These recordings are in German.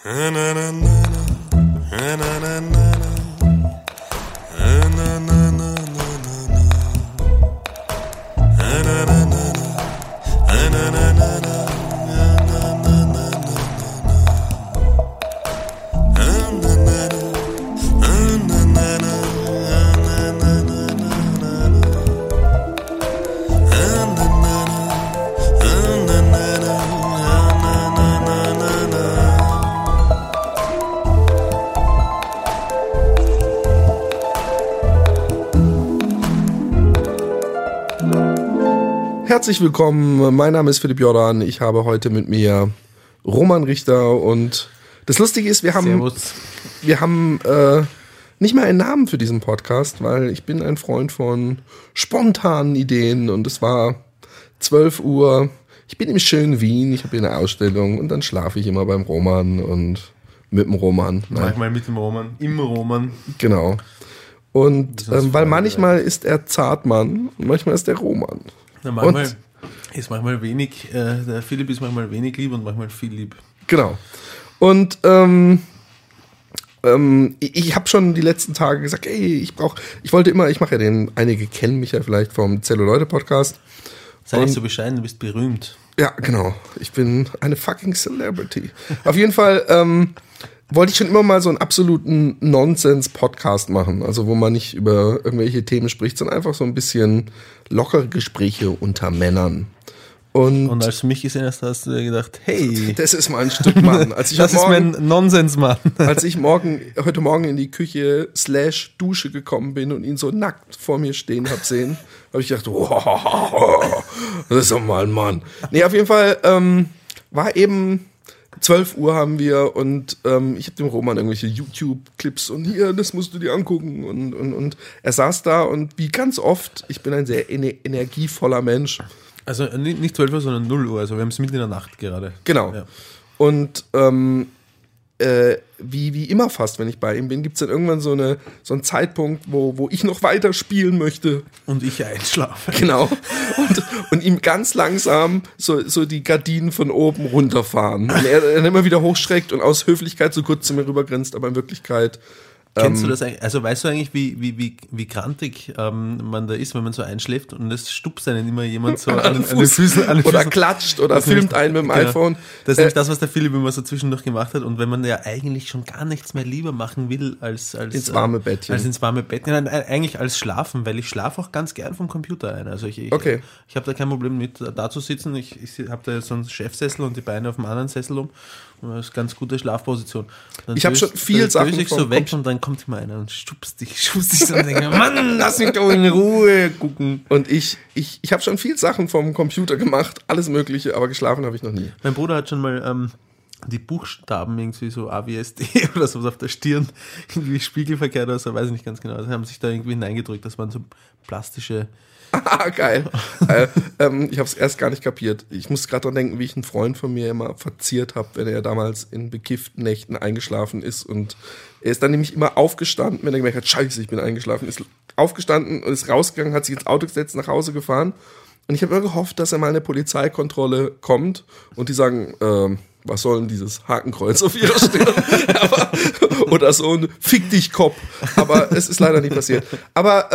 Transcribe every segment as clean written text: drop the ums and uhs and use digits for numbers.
Herzlich willkommen, mein Name ist Philipp Jordan, ich habe heute mit mir Roman Richter und das Lustige ist, wir haben nicht mal einen Namen für diesen Podcast, weil ich bin ein Freund von spontanen Ideen und es war 12 Uhr, ich bin im schönen Wien, ich habe hier eine Ausstellung und dann schlafe ich immer beim Roman und mit dem Roman. Manchmal mit dem Roman, im Roman. Genau. Und weil manchmal ist er Zartmann und manchmal ist er Roman. Na, manchmal ist manchmal wenig, der Philipp ist manchmal wenig lieb und manchmal viel lieb. Genau. Und ich habe schon die letzten Tage gesagt, ey, ich mache ja einige kennen mich ja vielleicht vom Zelluleute-Podcast. Sei nicht so bescheiden, du bist berühmt. Ja, genau. Ich bin eine fucking Celebrity. Auf jeden Fall wollte ich schon immer mal so einen absoluten Nonsens-Podcast machen, also wo man nicht über irgendwelche Themen spricht, sondern einfach so ein bisschen lockere Gespräche unter Männern. Und als du mich gesehen hast, hast du dir gedacht, hey, das ist mein Stück Mann. Das ist mein Nonsens-Mann. Als ich heute Morgen in die Küche /Dusche gekommen bin und ihn so nackt vor mir stehen habe sehen, habe ich gedacht, wow, das ist doch mal ein Mann. Nee, auf jeden Fall war eben 12 Uhr haben wir und ich habe dem Roman irgendwelche YouTube-Clips und hier, das musst du dir angucken und er saß da und wie ganz oft, ich bin ein sehr energievoller Mensch. Also nicht 12 Uhr, sondern 0 Uhr, also wir haben es mitten in der Nacht gerade. Genau. Ja. Und wie immer fast, wenn ich bei ihm bin, gibt es dann irgendwann so einen Zeitpunkt, wo ich noch weiter spielen möchte. Und ich einschlafe. Genau. Und ihm ganz langsam so die Gardinen von oben runterfahren. Und er dann immer wieder hochschreckt und aus Höflichkeit so kurz zu mir rübergrinst, aber in Wirklichkeit... Kennst du das eigentlich? Also weißt du eigentlich, wie krantig man da ist, wenn man so einschläft und es stupst einen immer jemand so an den Füßen. Oder klatscht oder filmt einen mit dem iPhone. Das ist nämlich das, was der Philipp immer so zwischendurch gemacht hat. Und wenn man ja eigentlich schon gar nichts mehr lieber machen will als ins warme Bettchen. Als ins warme Bett. Nein, eigentlich als schlafen, weil ich schlafe auch ganz gern vom Computer ein. Also ich habe da kein Problem mit da zu sitzen. Ich habe da so einen Chefsessel und die Beine auf dem anderen Sessel um. Und das ist eine ganz gute Schlafposition. Dann ich habe schon viel Sachen ich so weg und dann kommt immer einer und schubst dich so und denke, Mann, lass mich doch in Ruhe gucken. Und ich habe schon viel Sachen vom Computer gemacht, alles Mögliche, aber geschlafen habe ich noch nie. Mein Bruder hat schon mal die Buchstaben irgendwie so A wie S D oder sowas auf der Stirn irgendwie spiegelverkehrt oder so, weiß ich nicht ganz genau. Also haben sich da irgendwie hineingedrückt, das waren so plastische... Geil. Ich habe es erst gar nicht kapiert. Ich muss gerade dran denken, wie ich einen Freund von mir immer verziert habe, wenn er damals in bekifften Nächten eingeschlafen ist. Und er ist dann nämlich immer aufgestanden, wenn er gemerkt hat, scheiße, ich bin eingeschlafen, ist aufgestanden und ist rausgegangen, hat sich ins Auto gesetzt, nach Hause gefahren. Und ich habe immer gehofft, dass er mal eine Polizeikontrolle kommt und die sagen, was soll denn dieses Hakenkreuz auf ihrer Stirn? Oder so ein Fick dich Kopf. Aber es ist leider nicht passiert. Aber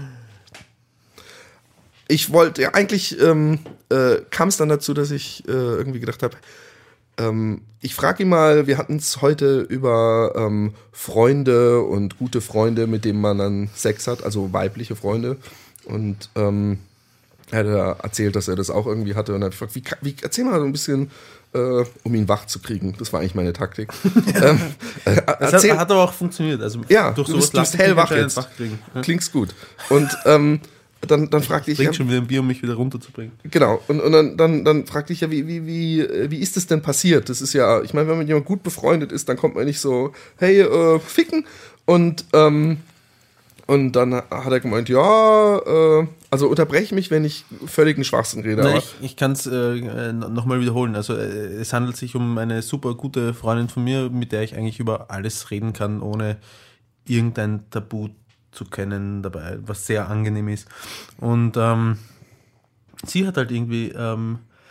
ich wollte, ja eigentlich kam es dann dazu, dass ich irgendwie gedacht habe, ich frage ihn mal, wir hatten es heute über Freunde und gute Freunde, mit denen man dann Sex hat, also weibliche Freunde. Und er hat erzählt, dass er das auch irgendwie hatte. Und dann habe ich gefragt, erzähl mal so ein bisschen, um ihn wach zu kriegen. Das war eigentlich meine Taktik. Das hat aber auch funktioniert. Also ja, durch du bist hellwach jetzt. Ja. Klingst gut. Und dann fragte ich... Trink schon wieder ein Bier, um mich wieder runterzubringen. Genau, und dann fragte ich ja, wie ist das denn passiert? Das ist ja, ich meine, wenn man mit jemandem gut befreundet ist, dann kommt man nicht so, hey, ficken. Und dann hat er gemeint, ja, also unterbreche mich, wenn ich völligen Schwachsinn rede. Nein, ich kann es nochmal wiederholen. Also es handelt sich um eine super gute Freundin von mir, mit der ich eigentlich über alles reden kann, ohne irgendein Tabu zu kennen dabei, was sehr angenehm ist. Und sie hat halt irgendwie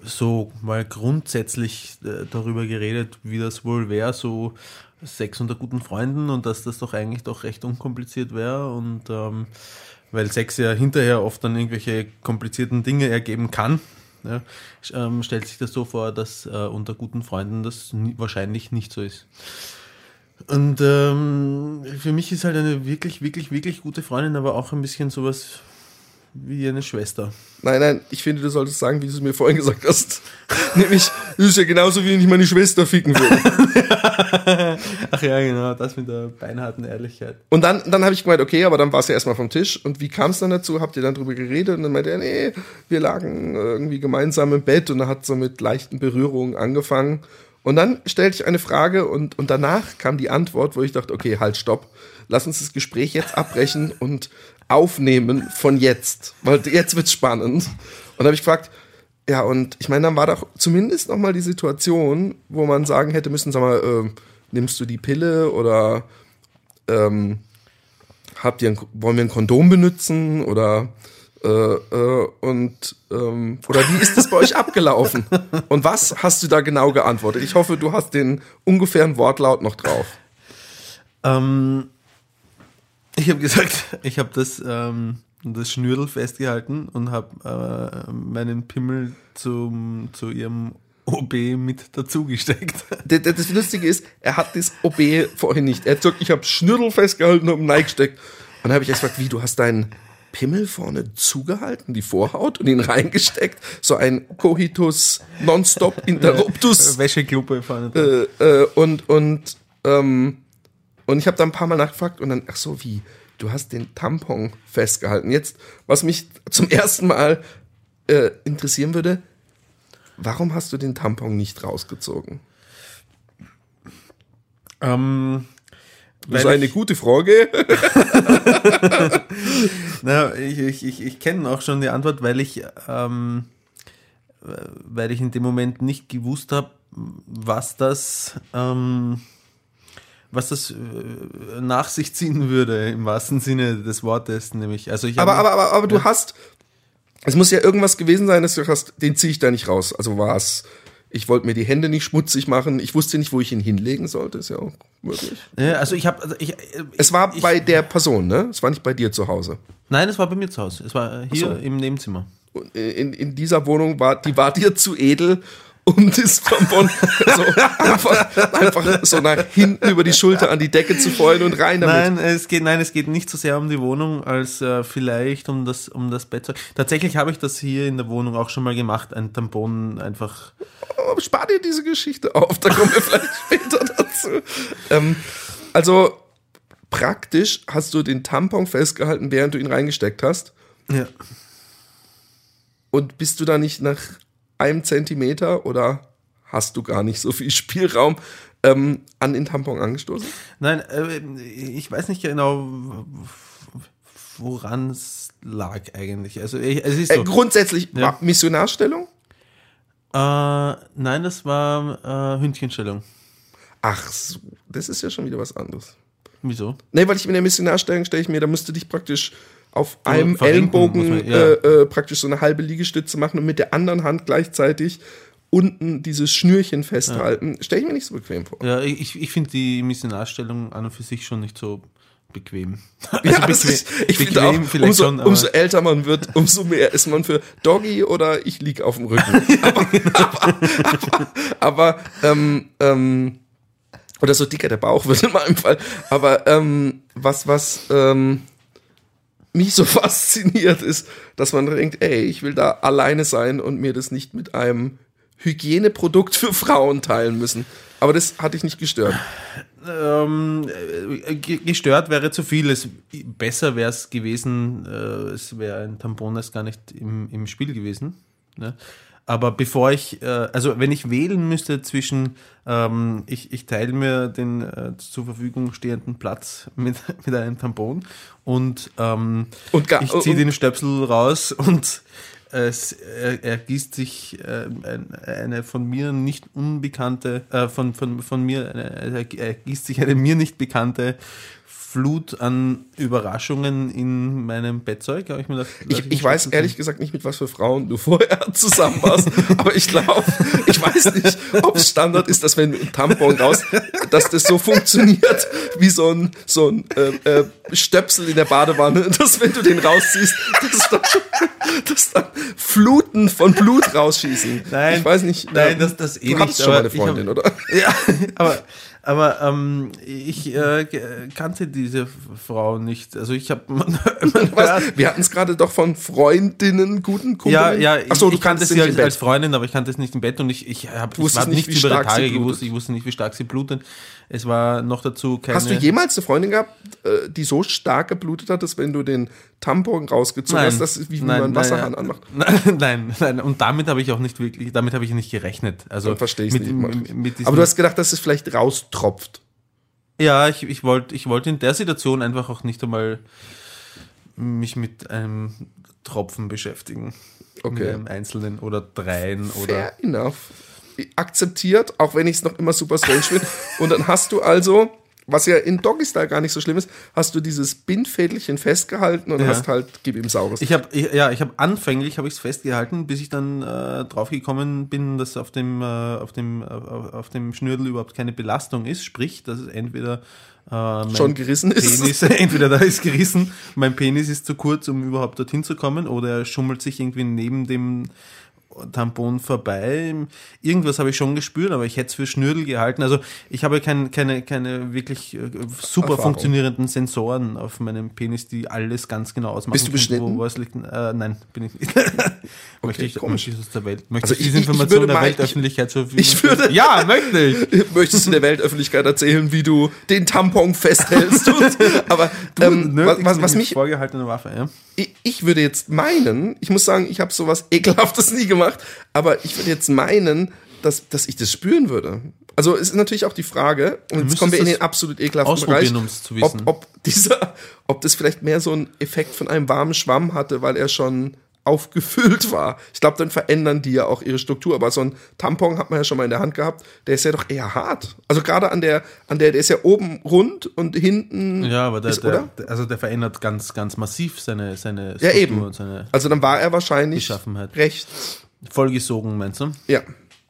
so mal grundsätzlich darüber geredet, wie das wohl wäre, so Sex unter guten Freunden und dass das doch eigentlich doch recht unkompliziert wäre und weil Sex ja hinterher oft dann irgendwelche komplizierten Dinge ergeben kann, ja, stellt sich das so vor, dass unter guten Freunden das wahrscheinlich nicht so ist. Und für mich ist halt eine wirklich, wirklich, wirklich gute Freundin, aber auch ein bisschen sowas wie eine Schwester. Nein, ich finde, du solltest sagen, wie du es mir vorhin gesagt hast. Nämlich, das ist ja genauso, wie wenn ich meine Schwester ficken würde. Ach ja, genau, das mit der beinharten Ehrlichkeit. Und dann habe ich gemeint, okay, aber dann war es ja erstmal vom Tisch. Und wie kam es dann dazu? Habt ihr dann drüber geredet? Und dann meinte er, nee, wir lagen irgendwie gemeinsam im Bett und er hat so mit leichten Berührungen angefangen. Und dann stellte ich eine Frage und danach kam die Antwort, wo ich dachte, okay, halt, stopp. Lass uns das Gespräch jetzt abbrechen und aufnehmen von jetzt, weil jetzt wird's spannend. Und da habe ich gefragt, ja, und ich meine, dann war doch zumindest noch mal die Situation, wo man sagen hätte müssen, sag mal, nimmst du die Pille oder wollen wir ein Kondom benutzen oder oder wie ist das bei euch abgelaufen? Und was hast du da genau geantwortet? Ich hoffe, du hast den ungefähren Wortlaut noch drauf. Ich habe gesagt, ich habe das Schnürdel festgehalten und habe meinen Pimmel zu ihrem OB mit dazu gesteckt. Das Lustige ist, er hat das OB vorhin nicht. Er hat gesagt, ich habe Schnürdel festgehalten und reingesteckt. Und dann habe ich erst gefragt, wie, du hast deinen Pimmel vorne zugehalten, die Vorhaut und ihn reingesteckt? So ein Coitus nonstop interruptus. Wäschekluppe vorne. Und ich habe da ein paar Mal nachgefragt und dann, ach so, wie? Du hast den Tampon festgehalten. Jetzt, was mich zum ersten Mal interessieren würde, warum hast du den Tampon nicht rausgezogen? Das ist eine gute Frage. Na, ich kenne auch schon die Antwort, weil ich in dem Moment nicht gewusst habe, was das nach sich ziehen würde, im wahrsten Sinne des Wortes, nämlich. Also aber du hast, es muss ja irgendwas gewesen sein, dass du hast, den ziehe ich da nicht raus. Also war es, ich wollte mir die Hände nicht schmutzig machen, ich wusste nicht, wo ich ihn hinlegen sollte, ist ja auch möglich. Ja, also es war bei der Person, ne? Es war nicht bei dir zu Hause. Nein, es war bei mir zu Hause. Es war hier im Nebenzimmer. In dieser Wohnung war dir zu edel, um das Tampon so einfach so nach hinten über die Schulter an die Decke zu feuern und rein damit. Nein, es geht nicht so sehr um die Wohnung, als vielleicht um das Bett. Tatsächlich habe ich das hier in der Wohnung auch schon mal gemacht, ein Tampon einfach. Oh, spar dir diese Geschichte auf, da kommen wir vielleicht später dazu. Also praktisch hast du den Tampon festgehalten, während du ihn reingesteckt hast. Ja. Und bist du da nicht nach einem Zentimeter oder hast du gar nicht so viel Spielraum an den Tampon angestoßen? Nein, ich weiß nicht genau, woran es lag eigentlich. Also es ist so. Grundsätzlich war Missionarstellung? Nein, das war Hündchenstellung. Ach so, das ist ja schon wieder was anderes. Wieso? Nee, weil ich in der Missionarstellung stelle ich mir, da musst du dich praktisch auf einem Ellenbogen praktisch so eine halbe Liegestütze machen und mit der anderen Hand gleichzeitig unten dieses Schnürchen festhalten. Ja. Stelle ich mir nicht so bequem vor. Ja, ich finde die Missionarstellung an und für sich schon nicht so bequem. Ja, also ich finde auch, umso älter man wird, umso mehr ist man für Doggy oder ich lieg auf dem Rücken. aber oder so dicker der Bauch wird in meinem Fall. Aber was mich so fasziniert ist, dass man denkt, ey, ich will da alleine sein und mir das nicht mit einem Hygieneprodukt für Frauen teilen müssen. Aber das hat dich nicht gestört. Gestört wäre zu viel. Besser wäre es gewesen, es wäre ein Tampon erst gar nicht im Spiel gewesen. Ne? Aber bevor wenn ich wählen müsste zwischen, ich teile mir den zur Verfügung stehenden Platz mit einem Tampon und ich ziehe den Stöpsel raus und ergießt sich eine von mir nicht unbekannte, ergießt sich eine mir nicht bekannte Flut an Überraschungen in meinem Bettzeug. Habe ich mir gedacht, ich weiß ehrlich gesagt nicht, mit was für Frauen du vorher zusammen warst, aber ich glaube, ich weiß nicht, ob es Standard ist, dass wenn du einen Tampon raus, dass das so funktioniert wie so ein Stöpsel in der Badewanne, dass wenn du den rausziehst, dass dann Fluten von Blut rausschießen. Nein, ich weiß nicht. Nein, das eh du nicht. Hattest schon mal eine Freundin, oder? Ja, aber ich kannte diese Frau nicht. Also ich habe wir hatten es gerade doch von Freundinnen, guten Kumpeln. Ja, Ach so, ich kannte sie als Freundin, aber ich kannte es nicht im Bett und ich war nicht über die Tage gewusst. Ich wusste nicht, wie stark sie blutet. Es war noch dazu keine... Hast du jemals eine Freundin gehabt, die so stark geblutet hat, dass wenn du den Tampon rausgezogen hast, das ist wie man einen Wasserhahn anmacht? Nein. Und damit habe ich auch nicht wirklich, damit habe ich nicht gerechnet. Also dann verstehe ich es nicht. Aber du hast gedacht, dass es vielleicht raustropft. Ja, ich wollte in der Situation einfach auch nicht einmal mich mit einem Tropfen beschäftigen. Okay. Mit einem einzelnen oder dreien oder... Fair enough. Akzeptiert, auch wenn ich es noch immer super strange finde. Und dann hast du also, was ja in Doggy-Style gar nicht so schlimm ist, hast du dieses Bindfädelchen festgehalten und hast halt, gib ihm Saures. Ich habe anfänglich es festgehalten, bis ich dann draufgekommen bin, dass auf dem Schnürdel überhaupt keine Belastung ist, sprich, dass es entweder schon gerissen ist. Entweder da ist gerissen, mein Penis ist zu kurz, um überhaupt dorthin zu kommen, oder er schummelt sich irgendwie neben dem Tampon vorbei. Irgendwas habe ich schon gespürt, aber ich hätte es für Schnürdel gehalten. Also ich habe keine wirklich super funktionierenden Sensoren auf meinem Penis, die alles ganz genau ausmachen. Bist du beschnitten? Wo was liegt. Nein, bin ich nicht. Möchte ich aus der Welt. Möchte ich diese Information der Weltöffentlichkeit so viel? Ja, möchte ich. Möchtest du der Weltöffentlichkeit erzählen, wie du den Tampon festhältst? Aber was mich vorgehaltene Waffe, ja. Ich würde jetzt meinen, ich muss sagen, ich habe sowas Ekelhaftes nie gemacht, aber ich würde jetzt meinen, dass ich das spüren würde. Also es ist natürlich auch die Frage, und jetzt kommen wir in den absolut ekelhaften Bereich, zu wissen. ob das vielleicht mehr so einen Effekt von einem warmen Schwamm hatte, weil er schon aufgefüllt war. Ich glaube, dann verändern die ja auch ihre Struktur. Aber so ein Tampon hat man ja schon mal in der Hand gehabt, der ist ja doch eher hart. Also gerade an der ist ja oben rund und hinten. Ja, aber der verändert ganz, ganz massiv seine Struktur ja, eben. Und seine also dann war er wahrscheinlich Beschaffenheit. Recht vollgesogen, meinst du? Ja.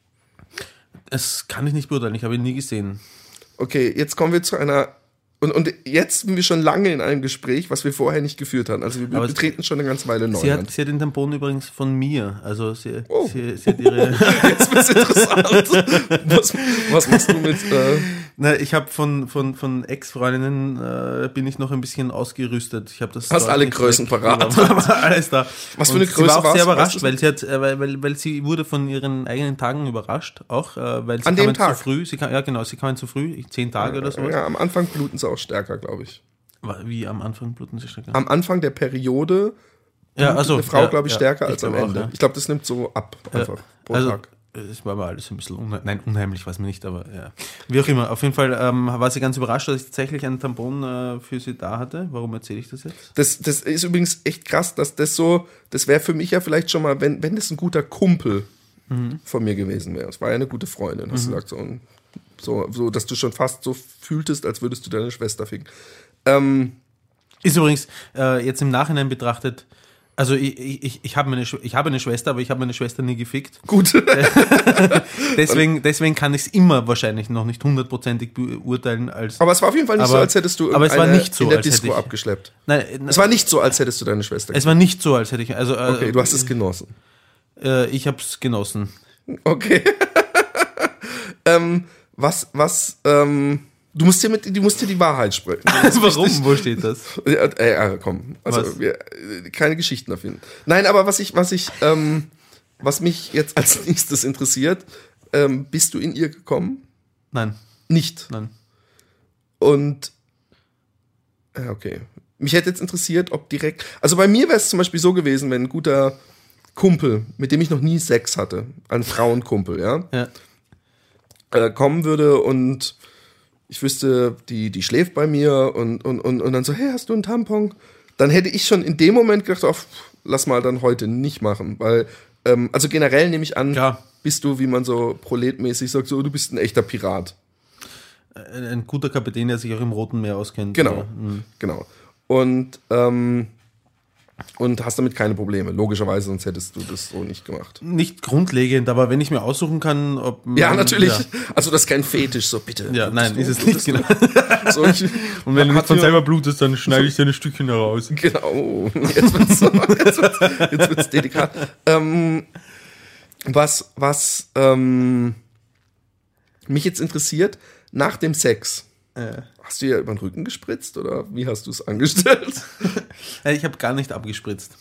Das kann ich nicht beurteilen, ich habe ihn nie gesehen. Okay, jetzt kommen wir zu einer. Und jetzt sind wir schon lange in einem Gespräch, was wir vorher nicht geführt haben. Also wir betreten schon eine ganze Weile Neuland. Sie hat den Tampon übrigens von mir. Also sie hat ihre... Jetzt wird's interessant. Was machst du mit... Na, ich habe von Ex-Freundinnen bin ich noch ein bisschen ausgerüstet. Ich habe das. Hast alle Größen parat. Alles da. Was für eine Größe war auch sehr überrascht, weil sie wurde von ihren eigenen Tagen überrascht. Auch weil sie kamen zu früh. Sie kamen zu früh, 10 Tage oder so. Ja, am Anfang bluten sie auch stärker, glaube ich. Wie am Anfang bluten sie stärker? Am Anfang der Periode eine Frau, glaube ich, stärker als am Ende. Ich glaube, das nimmt so ab einfach pro Tag. Es war aber alles ein bisschen unheimlich, weiß man nicht, aber ja. Wie auch immer, auf jeden Fall war sie ganz überrascht, dass ich tatsächlich einen Tampon für sie da hatte. Warum erzähle ich das jetzt? Das ist übrigens echt krass, dass das wäre für mich ja vielleicht schon mal, wenn das ein guter Kumpel von mir gewesen wäre. Es war ja eine gute Freundin, hast du gesagt, so, dass du schon fast so fühltest, als würdest du deine Schwester ficken. Ist übrigens jetzt im Nachhinein betrachtet, also ich habe eine Schwester, aber ich habe meine Schwester nie gefickt. Gut. deswegen kann ich es immer wahrscheinlich noch nicht 100% beurteilen. Aber es war auf jeden Fall nicht so, als hättest du in der Disco abgeschleppt. Nein, es war nicht so, als hättest du deine Schwester gefickt. Es war nicht so, als hätte ich... okay, du hast es genossen. Ich habe es genossen. Okay. Du musst dir die Wahrheit sprechen. Warum? Wo steht das? Ja, komm. Also keine Geschichten dafür. Nein, aber was mich jetzt als nächstes interessiert, bist du in ihr gekommen? Nein. Nicht? Nein. Und okay. Mich hätte jetzt interessiert, ob direkt. Also bei mir wäre es zum Beispiel so gewesen, wenn ein guter Kumpel, mit dem ich noch nie Sex hatte, ein Frauenkumpel, ja. Kommen würde und ich wüsste, die schläft bei mir und dann so, hey, hast du einen Tampon? Dann hätte ich schon in dem Moment gedacht, lass mal dann heute nicht machen, weil, also generell nehme ich an, bist du, wie man so proletmäßig sagt, so, du bist ein echter Pirat. Ein guter Kapitän, der sich auch im Roten Meer auskennt. Genau, genau. Und hast damit keine Probleme. Logischerweise, sonst hättest du das so nicht gemacht. Nicht grundlegend, aber wenn ich mir aussuchen kann, ob... Ja, natürlich. Ja. Also das ist kein Fetisch, so bitte. Ja, nein, ist es nicht, genau. So, und wenn du nicht von selber blutest, dann schneide ich dir ein Stückchen heraus. Genau. Jetzt wird's delikat. Was mich jetzt interessiert, nach dem Sex... Hast du ja über den Rücken gespritzt oder wie hast du es angestellt? Ich habe gar nicht abgespritzt.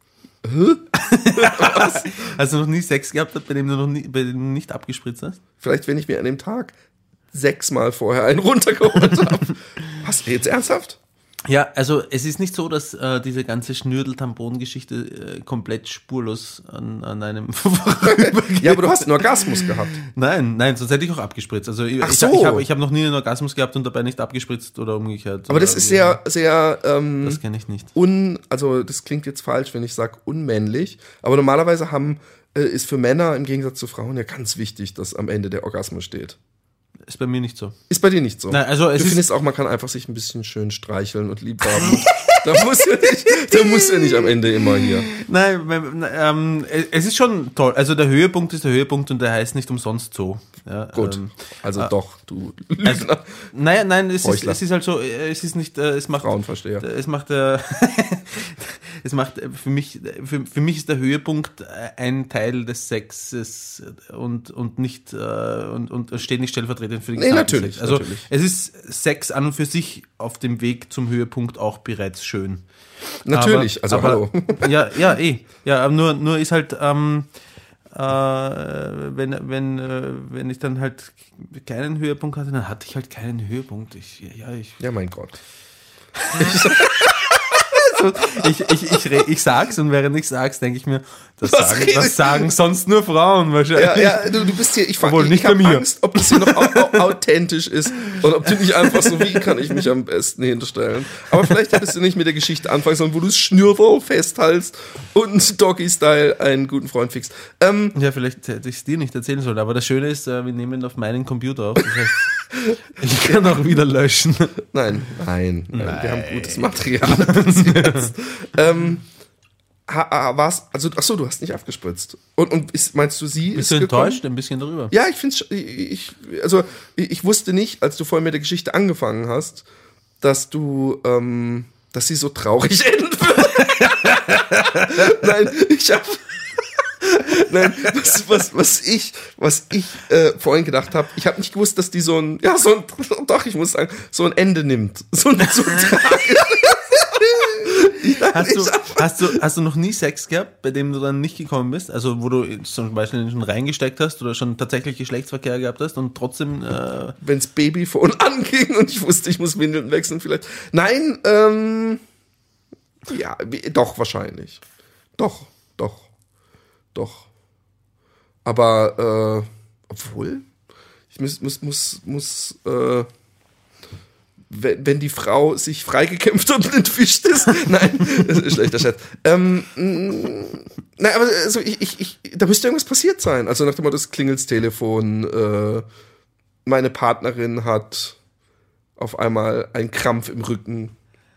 Was? Hast du noch nie Sex gehabt, bei dem du nicht abgespritzt hast? Vielleicht, wenn ich mir an dem Tag 6-mal vorher einen runtergeholt habe. Hast du jetzt ernsthaft? Ja, also es ist nicht so, dass diese ganze Schnürdel-Tampon-Geschichte komplett spurlos an einem vorübergeht. Ja, aber du hast einen Orgasmus gehabt. Nein, sonst hätte ich auch abgespritzt. Also ich hab noch nie einen Orgasmus gehabt und dabei nicht abgespritzt oder umgekehrt. Aber das ist sehr, sehr... das kenne ich nicht. Also das klingt jetzt falsch, wenn ich sage unmännlich, aber normalerweise ist für Männer im Gegensatz zu Frauen ja ganz wichtig, dass am Ende der Orgasmus steht. Ist bei mir nicht so. Ist bei dir nicht so? Nein, also du findest auch, man kann einfach sich ein bisschen schön streicheln und lieb haben. Da muss ja nicht am Ende immer hier. Nein, es ist schon toll. Also der Höhepunkt ist der Höhepunkt und der heißt nicht umsonst so. Ja, gut, doch, du Lügner. Also, nein, es ist halt so, es ist nicht, es macht... Frauenversteher. Es macht für mich ist der Höhepunkt ein Teil des Sexes und nicht und steht nicht stellvertretend für den gesamten natürlich, Sex. Also natürlich. es ist Sex an und für sich auf dem Weg zum Höhepunkt auch bereits schön. Natürlich, hallo. Ja, aber nur ist halt wenn ich dann halt keinen Höhepunkt hatte, dann hatte ich halt keinen Höhepunkt. Ja, mein Gott. Ich sag's und während ich sag's, denke ich mir, das sagen sonst nur Frauen wahrscheinlich. Ja, du bist hier, ich habe mir. Angst, ob das hier noch authentisch ist oder ob du nicht einfach so, wie kann ich mich am besten hinstellen. Aber vielleicht hättest du nicht mit der Geschichte anfangen sollen, wo du das Schnürwurm festhältst und Doggy-Style einen guten Freund fixst. Ja, vielleicht hätte ich es dir nicht erzählen sollen, aber das Schöne ist, wir nehmen auf meinen Computer auf. Das heißt, ich kann auch wieder löschen. Nein. Wir haben gutes Material bis jetzt. Achso, du hast nicht abgespritzt. Und meinst du, sie Bist ist du enttäuscht gekommen? ein bisschen darüber? Ja, ich wusste nicht, als du vorhin mit der Geschichte angefangen hast, dass sie so traurig enden wird. Nein, was ich vorhin gedacht habe, ich habe nicht gewusst, dass die so ein Ende nimmt. So ein tragisch. Hast du noch nie Sex gehabt, bei dem du dann nicht gekommen bist? Also wo du zum Beispiel schon reingesteckt hast oder schon tatsächlich Geschlechtsverkehr gehabt hast und trotzdem... Wenn's Babyphone anging und ich wusste, ich muss Windeln wechseln vielleicht. Nein, ja, doch, wahrscheinlich. Doch. Aber, obwohl, ich muss wenn die Frau sich freigekämpft und entwischt ist. Nein, das ist ein schlechter Scherz. Nein, aber also da müsste irgendwas passiert sein. Also nach dem Motto, das Klingelstelefon, meine Partnerin hat auf einmal einen Krampf im Rücken.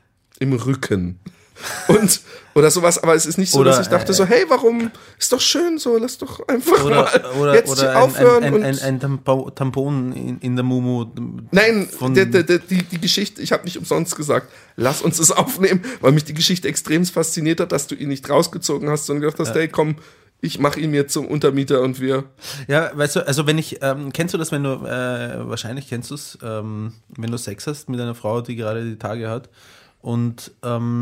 Oder sowas, aber es ist nicht so, dass ich dachte so, hey, warum, ist doch schön so, lass doch einfach mal jetzt aufhören. Ein Tampon in der Mumu. Nein, die Geschichte, ich habe nicht umsonst gesagt, lass uns das aufnehmen, weil mich die Geschichte extrem fasziniert hat, dass du ihn nicht rausgezogen hast, sondern gedacht hast, hey, komm, ich mache ihn mir zum Untermieter und wir... Ja, weißt du, also wenn ich, kennst du das, wenn du, wahrscheinlich kennst du es, wenn du Sex hast mit einer Frau, die gerade die Tage hat und,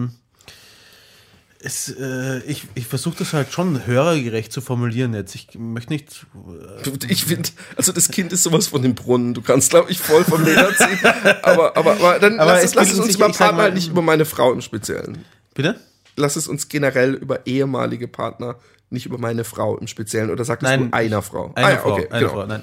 ich versuche das halt schon hörergerecht zu formulieren jetzt. Ich möchte nicht... Ich finde, also das Kind ist sowas von dem Brunnen. Du kannst, glaube ich, voll vom Leder ziehen. Aber lass es uns über Partner halt nicht über meine Frau im Speziellen. Bitte? Lass es uns generell über ehemalige Partner, nicht über meine Frau im Speziellen. Oder sagst du einer Frau? Eine Frau, nein.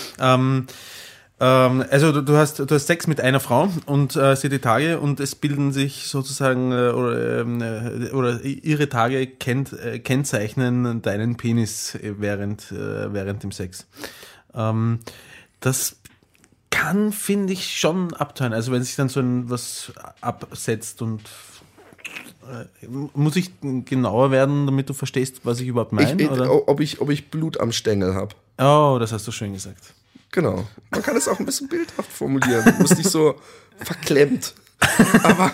Also du hast Sex mit einer Frau und sie hat die Tage und es bilden sich sozusagen oder ihre Tage kennzeichnen deinen Penis während dem Sex. Das kann, finde ich, schon abtören. Also wenn sich dann so was absetzt und muss ich genauer werden, damit du verstehst, was ich überhaupt meine? Ob ich Blut am Stängel habe. Oh, das hast du schön gesagt. Genau. Man kann es auch ein bisschen bildhaft formulieren. Du musst nicht so verklemmt. Aber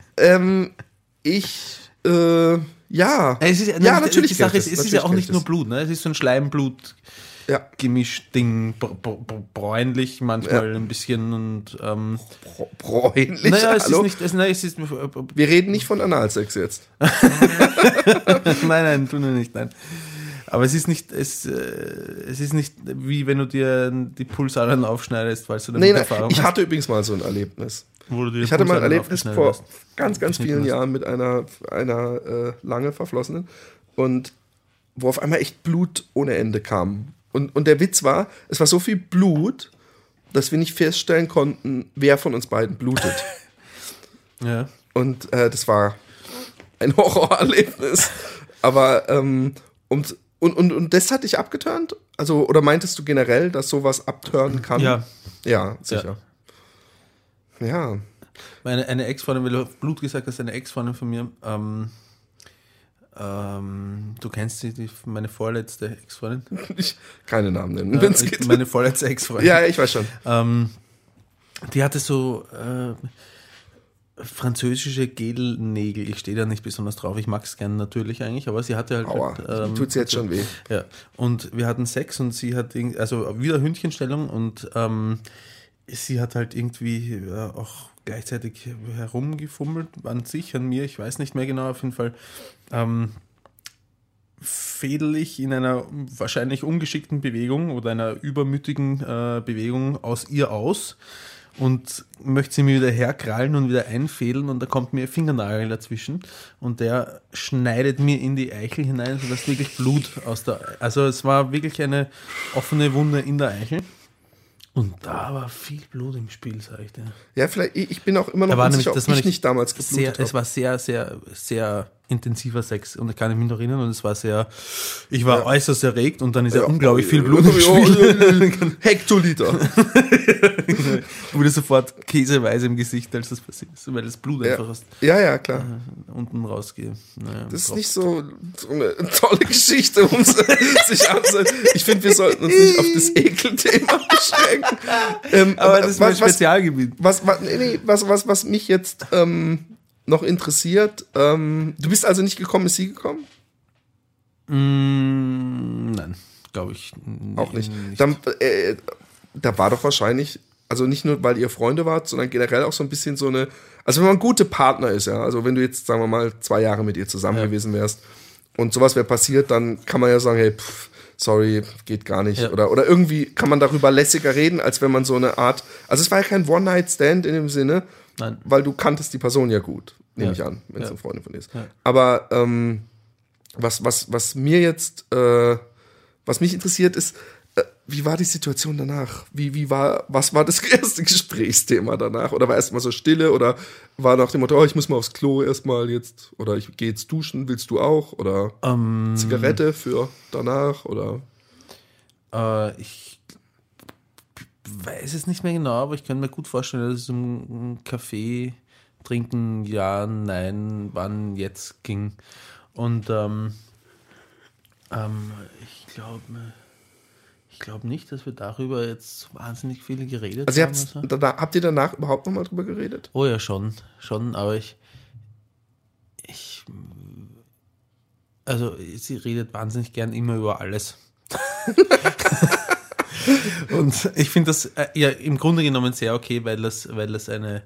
ja. Natürlich. Die Sache ist, es ist ja auch nicht nur Blut, ne? Es ist so ein Schleimblut. Ja. Gemischding, bräunlich manchmal ein bisschen und bräunlich? Naja, es Hallo? ist nicht. Wir reden nicht von Analsex jetzt. nein, tun wir nicht, nein. Aber es ist nicht wie wenn du dir die Pulsadern aufschneidest, weil du damit Erfahrung hast. Ich hatte übrigens mal so ein Erlebnis. Ich hatte mal ein Erlebnis vor ganz vielen Jahren mit einer lange Verflossenen und wo auf einmal echt Blut ohne Ende kam. Und der Witz war, es war so viel Blut, dass wir nicht feststellen konnten, wer von uns beiden blutet. Ja. Und das war ein Horrorerlebnis. Aber und das hat dich abgeturnt? Also, oder meintest du generell, dass sowas abturnen kann? Ja. Ja, sicher. Ja. Eine Ex-Freundin, weil du Blut gesagt hast, eine Ex-Freundin von mir, du kennst meine vorletzte Ex-Freundin? Keine Namen nennen, wenn es geht. Meine vorletzte Ex-Freundin. Ja, ich weiß schon. Die hatte so französische Gelnägel. Ich stehe da nicht besonders drauf. Ich mag es gerne natürlich eigentlich, aber sie hatte halt... Aua, tut's jetzt schon weh. Ja, und wir hatten Sex und sie hat also wieder Hündchenstellung und sie hat halt irgendwie auch gleichzeitig herumgefummelt an sich, an mir, ich weiß nicht mehr genau, auf jeden Fall fädel ich in einer wahrscheinlich ungeschickten Bewegung oder einer übermütigen Bewegung aus ihr aus und möchte sie mir wieder herkrallen und wieder einfädeln und da kommt mir ein Fingernagel dazwischen und der schneidet mir in die Eichel hinein, sodass wirklich Blut also es war wirklich eine offene Wunde in der Eichel. Und da war viel Blut im Spiel, sag ich dir. Ja, vielleicht, ich bin auch immer noch unsicher, ob ich nicht damals geblutet habe. Es war sehr, sehr, sehr intensiver Sex und da kann ich mich noch erinnern und es war ich war äußerst erregt und dann ist ja unglaublich viel Blut im Spiel. Hektoliter. Wurde sofort käseweiß im Gesicht, als das passiert ist, weil das Blut einfach aus klar. Unten rausgeht. Naja, das ist nicht so eine tolle Geschichte, um sich anzuhören. Ich finde, wir sollten uns nicht auf das Ekelthema beschränken. Aber das ist mein Spezialgebiet. Was mich jetzt noch interessiert, du bist also nicht gekommen, ist sie gekommen? Nein, glaube ich auch nicht. Dann, da war doch wahrscheinlich, also nicht nur, weil ihr Freunde wart, sondern generell auch so ein bisschen so eine, also wenn man ein guter Partner ist, ja, also wenn du jetzt, sagen wir mal, 2 Jahre mit ihr zusammen gewesen wärst und sowas wäre passiert, dann kann man ja sagen, hey, sorry, geht gar nicht. Ja. Oder irgendwie kann man darüber lässiger reden, als wenn man so eine Art, also es war ja kein One-Night-Stand in dem Sinne, nein, weil du kanntest die Person ja gut, nehme ich an, wenn es eine Freundin von dir ist. Ja. Aber was mir jetzt, was mich interessiert ist, wie war die Situation danach? Was war das erste Gesprächsthema danach? Oder war erstmal so Stille? Oder war nach dem Motto, ich muss mal aufs Klo erstmal jetzt? Oder ich gehe jetzt duschen, willst du auch? Oder Zigarette für danach? Oder? Ich weiß es nicht mehr genau, aber ich kann mir gut vorstellen, dass es um Kaffee trinken, ja, nein, wann, jetzt ging. Und ich glaube nicht, dass wir darüber jetzt wahnsinnig viel geredet haben. Also habt ihr danach überhaupt nochmal drüber geredet? Oh ja, schon, aber also sie redet wahnsinnig gern immer über alles. Und ich finde das ja im Grunde genommen sehr okay, weil das eine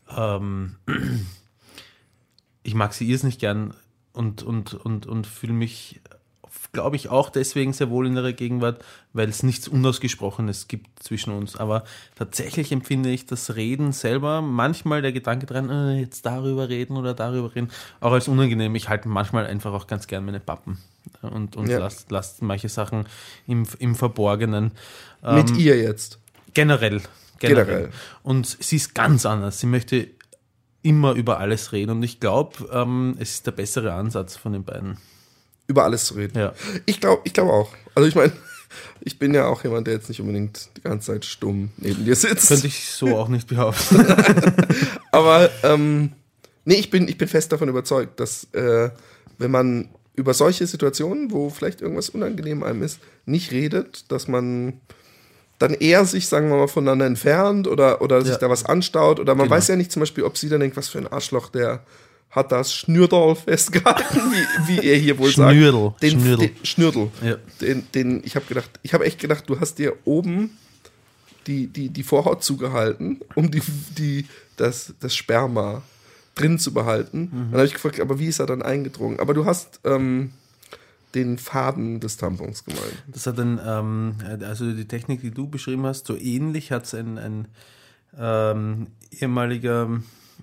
ich mag sie irrsinnig gern und fühle mich, glaube ich, auch deswegen sehr wohl in ihrer Gegenwart, weil es nichts Unausgesprochenes gibt zwischen uns. Aber tatsächlich empfinde ich das Reden selber, manchmal der Gedanke dran, jetzt darüber reden oder darüber reden, auch als unangenehm. Ich halte manchmal einfach auch ganz gern meine Pappen und lasse manche Sachen im Verborgenen. Mit ihr jetzt? Generell. Und sie ist ganz anders. Sie möchte immer über alles reden und ich glaube, es ist der bessere Ansatz von den beiden. Über alles zu reden. Ja. Ich glaube auch. Also ich meine, Ich bin ja auch jemand, der jetzt nicht unbedingt die ganze Zeit stumm neben dir sitzt. Könnte ich so auch nicht behaupten. Aber nee, ich bin fest davon überzeugt, dass wenn man über solche Situationen, wo vielleicht irgendwas unangenehm einem ist, nicht redet, dass man dann eher sich, sagen wir mal, voneinander entfernt oder sich da was anstaut. Oder man weiß ja nicht zum Beispiel, ob sie dann denkt, was für ein Arschloch, der hat das Schnürdel festgehalten, wie er hier wohl sagt. Schnürdel. Ja. Ich habe echt gedacht, du hast dir oben die Vorhaut zugehalten, um das Sperma drin zu behalten. Dann habe ich gefragt, aber wie ist er dann eingedrungen? Aber du hast den Faden des Tampons gemeint. Das hat also die Technik, die du beschrieben hast, so ähnlich hat es ein ehemaliger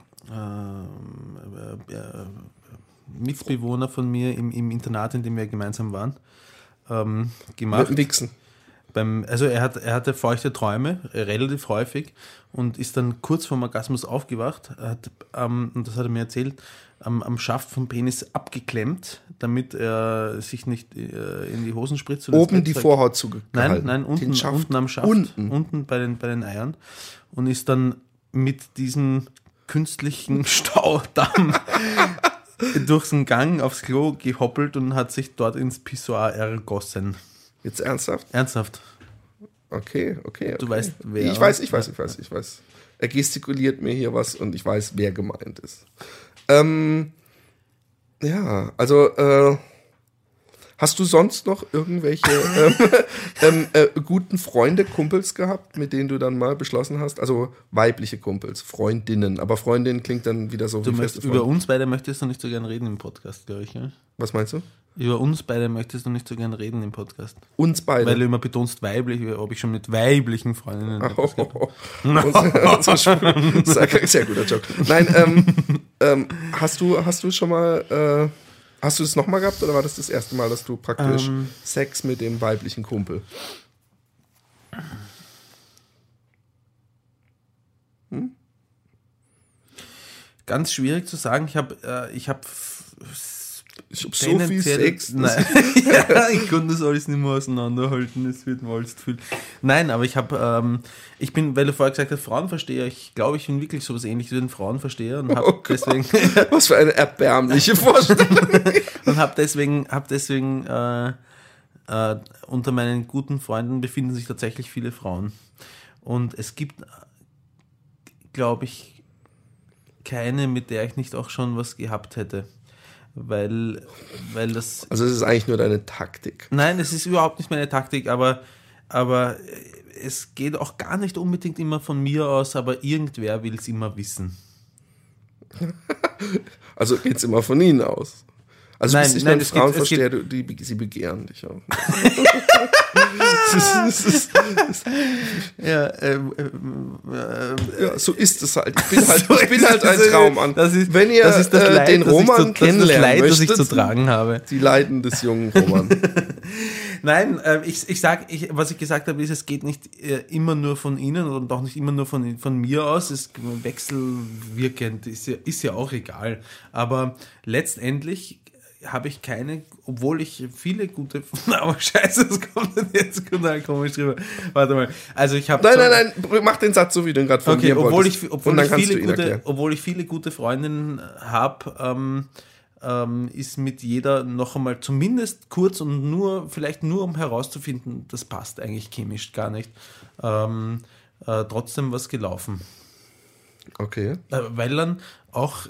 Mitbewohner von mir im Internat, in dem wir gemeinsam waren, gemacht. Mit dem Wichsen. Also er hatte feuchte Träume, relativ häufig, und ist dann kurz vorm Orgasmus aufgewacht, und das hat er mir erzählt, am Schaft vom Penis abgeklemmt, damit er sich nicht in die Hosen spritzt. Oben die Vorhaut zugehalten? Nein, unten am Schaft, unten bei den Eiern, und ist dann mit diesem künstlichen Staudamm durch den Gang aufs Klo gehoppelt und hat sich dort ins Pissoir ergossen. Jetzt ernsthaft? Ernsthaft. Okay. Du weißt, wer. Ich weiß. Er gestikuliert mir hier was und ich weiß, wer gemeint ist. Ja, also hast du sonst noch irgendwelche guten Freunde, Kumpels gehabt, mit denen du dann mal beschlossen hast? Also weibliche Kumpels, Freundinnen. Aber Freundin klingt dann wieder so wie feste Freundin. Über uns beide möchtest du nicht so gern reden im Podcast, glaube ich. Ja? Was meinst du? Über uns beide möchtest du nicht so gern reden im Podcast. Uns beide? Weil du immer betonst weiblich, ob ich schon mit weiblichen Freundinnen Sehr guter Joke. Nein, hast du schon mal... Hast du das nochmal gehabt oder war das erste Mal, dass du praktisch Sex mit dem weiblichen Kumpel? Ganz schwierig zu sagen. Ich habe so viel Sex. Nein, ja, ich konnte das alles nicht mehr auseinanderhalten, es wird mal zu viel. Nein, aber ich bin, weil du vorher gesagt hast, Frauenversteher, ich glaube, ich bin wirklich sowas Ähnliches wie ein Frauenversteher und habe deswegen... Was für eine erbärmliche Vorstellung. Und habe deswegen unter meinen guten Freunden befinden sich tatsächlich viele Frauen. Und es gibt, glaube ich, keine, mit der ich nicht auch schon was gehabt hätte. Weil das... Also es ist eigentlich nur deine Taktik. Nein, es ist überhaupt nicht meine Taktik, aber es geht auch gar nicht unbedingt immer von mir aus, aber irgendwer will es immer wissen. Also geht es immer von ihnen aus? Also nein, du bist nicht ein Frauenversteher, sie begehren dich auch. Ja, so ist es halt. Ich bin halt ein Traum. Wenn ihr das Leid, den Roman kennenlernen möchtet, das ich zu tragen habe. Die Leiden des jungen Roman. Nein, was ich gesagt habe, ist, es geht nicht immer nur von Ihnen und auch nicht immer nur von mir aus. Es ist wechselwirkend, ist ja auch egal. Aber letztendlich habe ich keine, obwohl ich viele gute... Aber scheiße, das kommt jetzt total komisch drüber. Warte mal. Also ich habe... Nein, mach den Satz so, wie du ihn gerade von mir wolltest. Obwohl ich viele gute Freundinnen habe, ist mit jeder noch einmal zumindest kurz und vielleicht nur um herauszufinden, das passt eigentlich chemisch gar nicht, trotzdem was gelaufen. Okay. Weil dann auch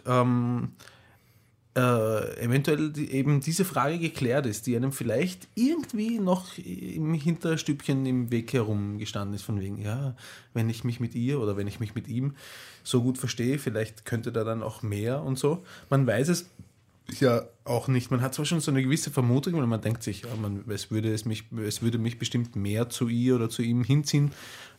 eventuell eben diese Frage geklärt ist, die einem vielleicht irgendwie noch im Hinterstübchen im Weg herumgestanden ist, von wegen, ja, wenn ich mich mit ihr oder wenn ich mich mit ihm so gut verstehe, vielleicht könnte da dann auch mehr und so. Man weiß es ja auch nicht. Man hat zwar schon so eine gewisse Vermutung, weil man denkt sich, ja, es würde mich bestimmt mehr zu ihr oder zu ihm hinziehen,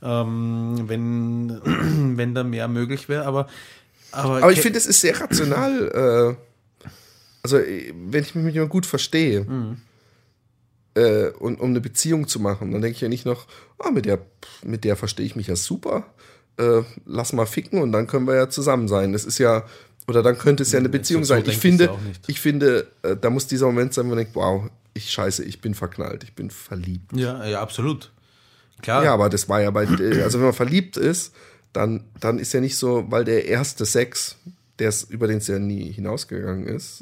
wenn da mehr möglich wäre, aber ich finde, es ist sehr rational, also wenn ich mich mit jemandem gut verstehe und um eine Beziehung zu machen, dann denke ich ja nicht noch, mit der verstehe ich mich ja super, lass mal ficken und dann können wir ja zusammen sein. Das ist ja, oder dann könnte es ja eine Beziehung sein. Ich finde, da muss dieser Moment sein, wo man denkt, wow, ich bin verknallt, ich bin verliebt. Ja, absolut. Klar. Ja, aber das war ja also wenn man verliebt ist, dann ist ja nicht so, weil der erste Sex, über den es ja nie hinausgegangen ist,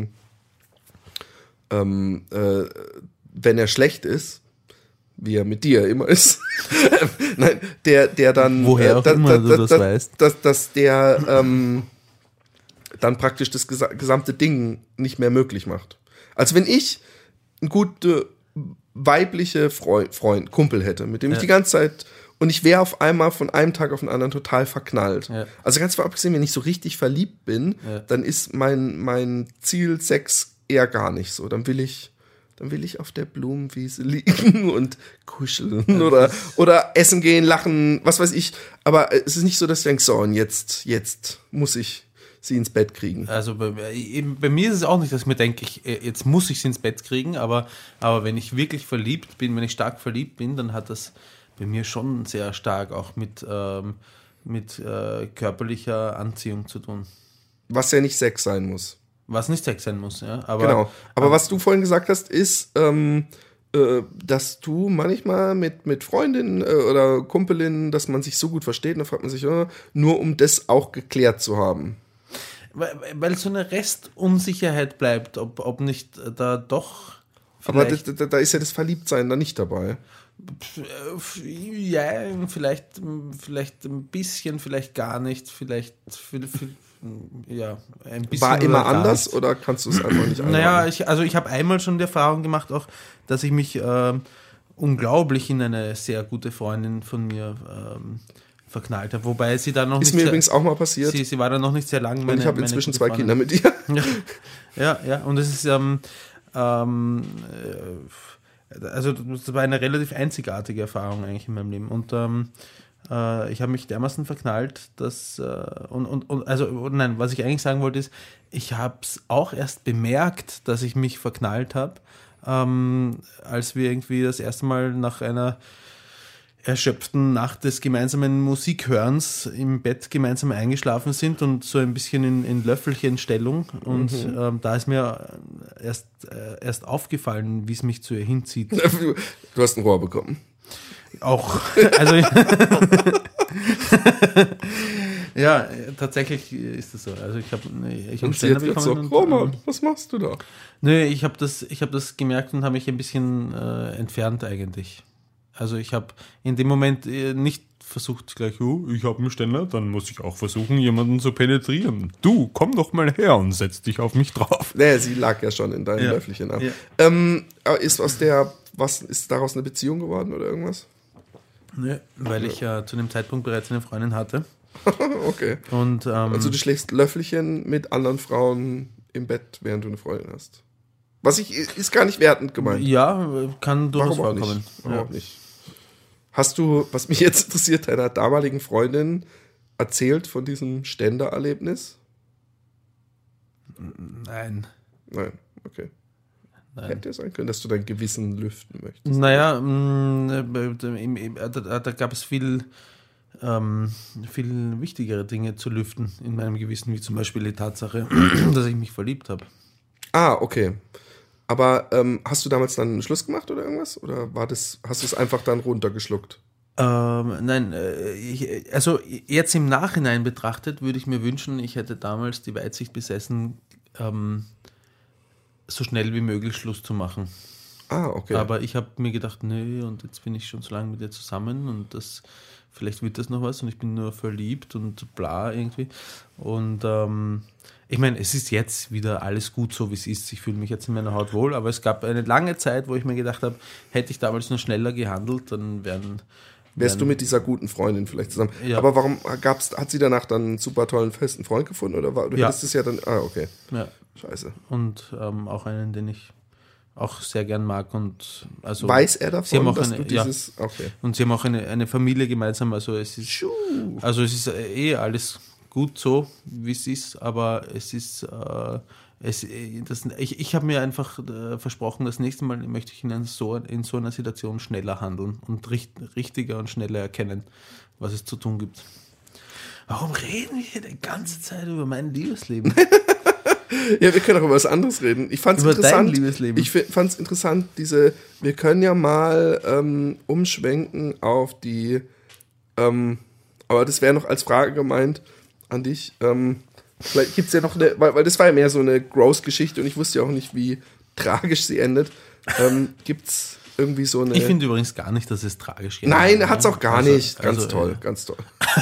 wenn er schlecht ist, wie er mit dir immer ist, nein, der dann, woher auch immer du das weißt, dass der dann praktisch das gesamte Ding nicht mehr möglich macht. Also wenn ich einen gute weibliche Kumpel hätte, mit dem ich die ganze Zeit, und ich wäre auf einmal von einem Tag auf den anderen total verknallt. Ja. Also ganz abgesehen, wenn ich so richtig verliebt bin, dann ist mein Ziel Sex eher gar nicht so. Dann will ich auf der Blumenwiese liegen und kuscheln oder essen gehen, lachen, was weiß ich. Aber es ist nicht so, dass ich denke, so, und jetzt muss ich sie ins Bett kriegen. Also bei mir ist es auch nicht, dass ich mir denke, jetzt muss ich sie ins Bett kriegen, aber wenn ich wirklich verliebt bin, wenn ich stark verliebt bin, dann hat das bei mir schon sehr stark auch mit körperlicher Anziehung zu tun. Was ja nicht Sex sein muss. Was nicht Sex sein muss, ja. Genau. Aber was du vorhin gesagt hast, ist, dass du manchmal mit Freundinnen oder Kumpelinnen, dass man sich so gut versteht, dann fragt man sich, nur um das auch geklärt zu haben. Weil so eine Restunsicherheit bleibt, ob nicht da doch. Aber da ist ja das Verliebtsein da nicht dabei. Ja, vielleicht ein bisschen, vielleicht gar nicht, vielleicht ja, ein bisschen. War immer anders oder kannst du es einfach nicht einordnen? Naja, ich habe einmal schon die Erfahrung gemacht, auch, dass ich mich unglaublich in eine sehr gute Freundin von mir verknallt habe, wobei sie dann noch ist mir übrigens auch mal passiert. Sie war dann noch nicht sehr lang. Und ich habe inzwischen 2 Kinder mit ihr. Ja, und es ist also das war eine relativ einzigartige Erfahrung eigentlich in meinem Leben und ich habe mich dermaßen verknallt, dass was ich eigentlich sagen wollte ist, ich habe es auch erst bemerkt, dass ich mich verknallt habe, als wir irgendwie das erste Mal nach einer erschöpften Nacht des gemeinsamen Musikhörens im Bett gemeinsam eingeschlafen sind und so ein bisschen in Löffelchenstellung und da ist mir erst aufgefallen, wie es mich zu ihr hinzieht. Du hast ein Rohr bekommen. Auch, also ja, tatsächlich ist das so. Also ich habe einen Ständer bekommen. Roman, was machst du da? Nö, ich hab das gemerkt und habe mich ein bisschen entfernt eigentlich. Also ich habe in dem Moment nicht versucht gleich, ich habe einen Ständer, dann muss ich auch versuchen, jemanden zu penetrieren. Du, komm doch mal her und setz dich auf mich drauf. Naja, sie lag ja schon in deinem Löffelchen ab. Ja. Ist daraus eine Beziehung geworden oder irgendwas? Nö, weil ich zu dem Zeitpunkt bereits eine Freundin hatte. Okay. Und, also du schlägst Löffelchen mit anderen Frauen im Bett, während du eine Freundin hast. Ist gar nicht wertend gemeint. Ja, kann durchaus vorkommen. Warum auch nicht? Hast du, was mich jetzt interessiert, deiner damaligen Freundin erzählt von diesem Ständererlebnis? Nein. Nein, okay. Nein. Hätte ja sein können, dass du dein Gewissen lüften möchtest. Naja, da gab es viel wichtigere Dinge zu lüften in meinem Gewissen, wie zum Beispiel die Tatsache, dass ich mich verliebt habe. Ah, okay. Aber hast du damals dann Schluss gemacht oder irgendwas? Oder hast du es einfach dann runtergeschluckt? Nein, also jetzt im Nachhinein betrachtet würde ich mir wünschen, ich hätte damals die Weitsicht besessen, so schnell wie möglich Schluss zu machen. Ah, okay. Aber ich habe mir gedacht, nö, und jetzt bin ich schon so lange mit dir zusammen und vielleicht wird das noch was und ich bin nur verliebt und bla irgendwie. Und ich meine, es ist jetzt wieder alles gut so, wie es ist. Ich fühle mich jetzt in meiner Haut wohl, aber es gab eine lange Zeit, wo ich mir gedacht habe, hätte ich damals nur schneller gehandelt, dann wärst du mit dieser guten Freundin vielleicht zusammen. Ja. Aber warum hat sie danach dann einen super tollen, festen Freund gefunden? Oder du hättest es ja dann. Ah, okay. Ja. Scheiße. Und auch einen, den ich auch sehr gern mag. Und also weiß er davon, dass du dieses. Ja. Okay. Und sie haben auch eine Familie gemeinsam. Also es ist alles gut so, wie es ist, aber es ist. Ich habe mir einfach versprochen, das nächste Mal möchte ich in so einer Situation schneller handeln und richtiger und schneller erkennen, was es zu tun gibt. Warum reden wir die ganze Zeit über mein Liebesleben? Ja, wir können auch über was anderes reden. Ich fand's über interessant. Dein Liebesleben. Ich fand's interessant, wir können ja mal umschwenken auf die, aber das wäre noch als Frage gemeint an dich. Vielleicht gibt's ja noch weil das war ja mehr so eine Gross-Geschichte und ich wusste ja auch nicht, wie tragisch sie endet. Gibt's irgendwie so eine. Ich finde übrigens gar nicht, dass es tragisch geht. Nein, er hat's auch gar nicht. Ganz toll, ja. Ganz toll.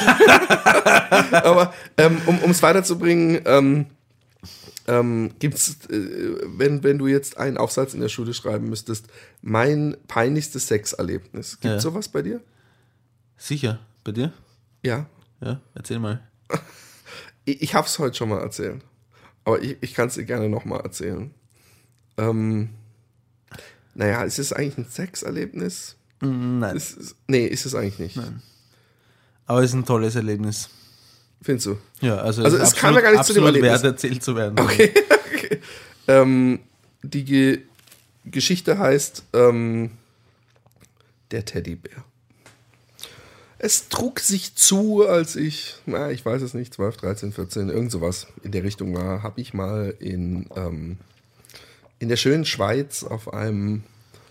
Aber um es weiterzubringen, gibt's, wenn du jetzt einen Aufsatz in der Schule schreiben müsstest, mein peinlichstes Sexerlebnis. Gibt's sowas bei dir? Sicher. Bei dir? Ja. Ja, erzähl mal. Ich habe es heute schon mal erzählt. Aber ich kann es dir gerne nochmal erzählen. Naja, ist es eigentlich ein Sexerlebnis? Nein. Ist es eigentlich nicht. Nein. Aber es ist ein tolles Erlebnis. Findest du? Ja, also es kam ja gar nicht zu dem Erlebnis. Wert erzählt zu werden. Okay. Die Geschichte heißt Der Teddybär. Es trug sich zu, als ich weiß es nicht, 12, 13, 14, irgend sowas in der Richtung war, habe ich mal in der schönen Schweiz auf einem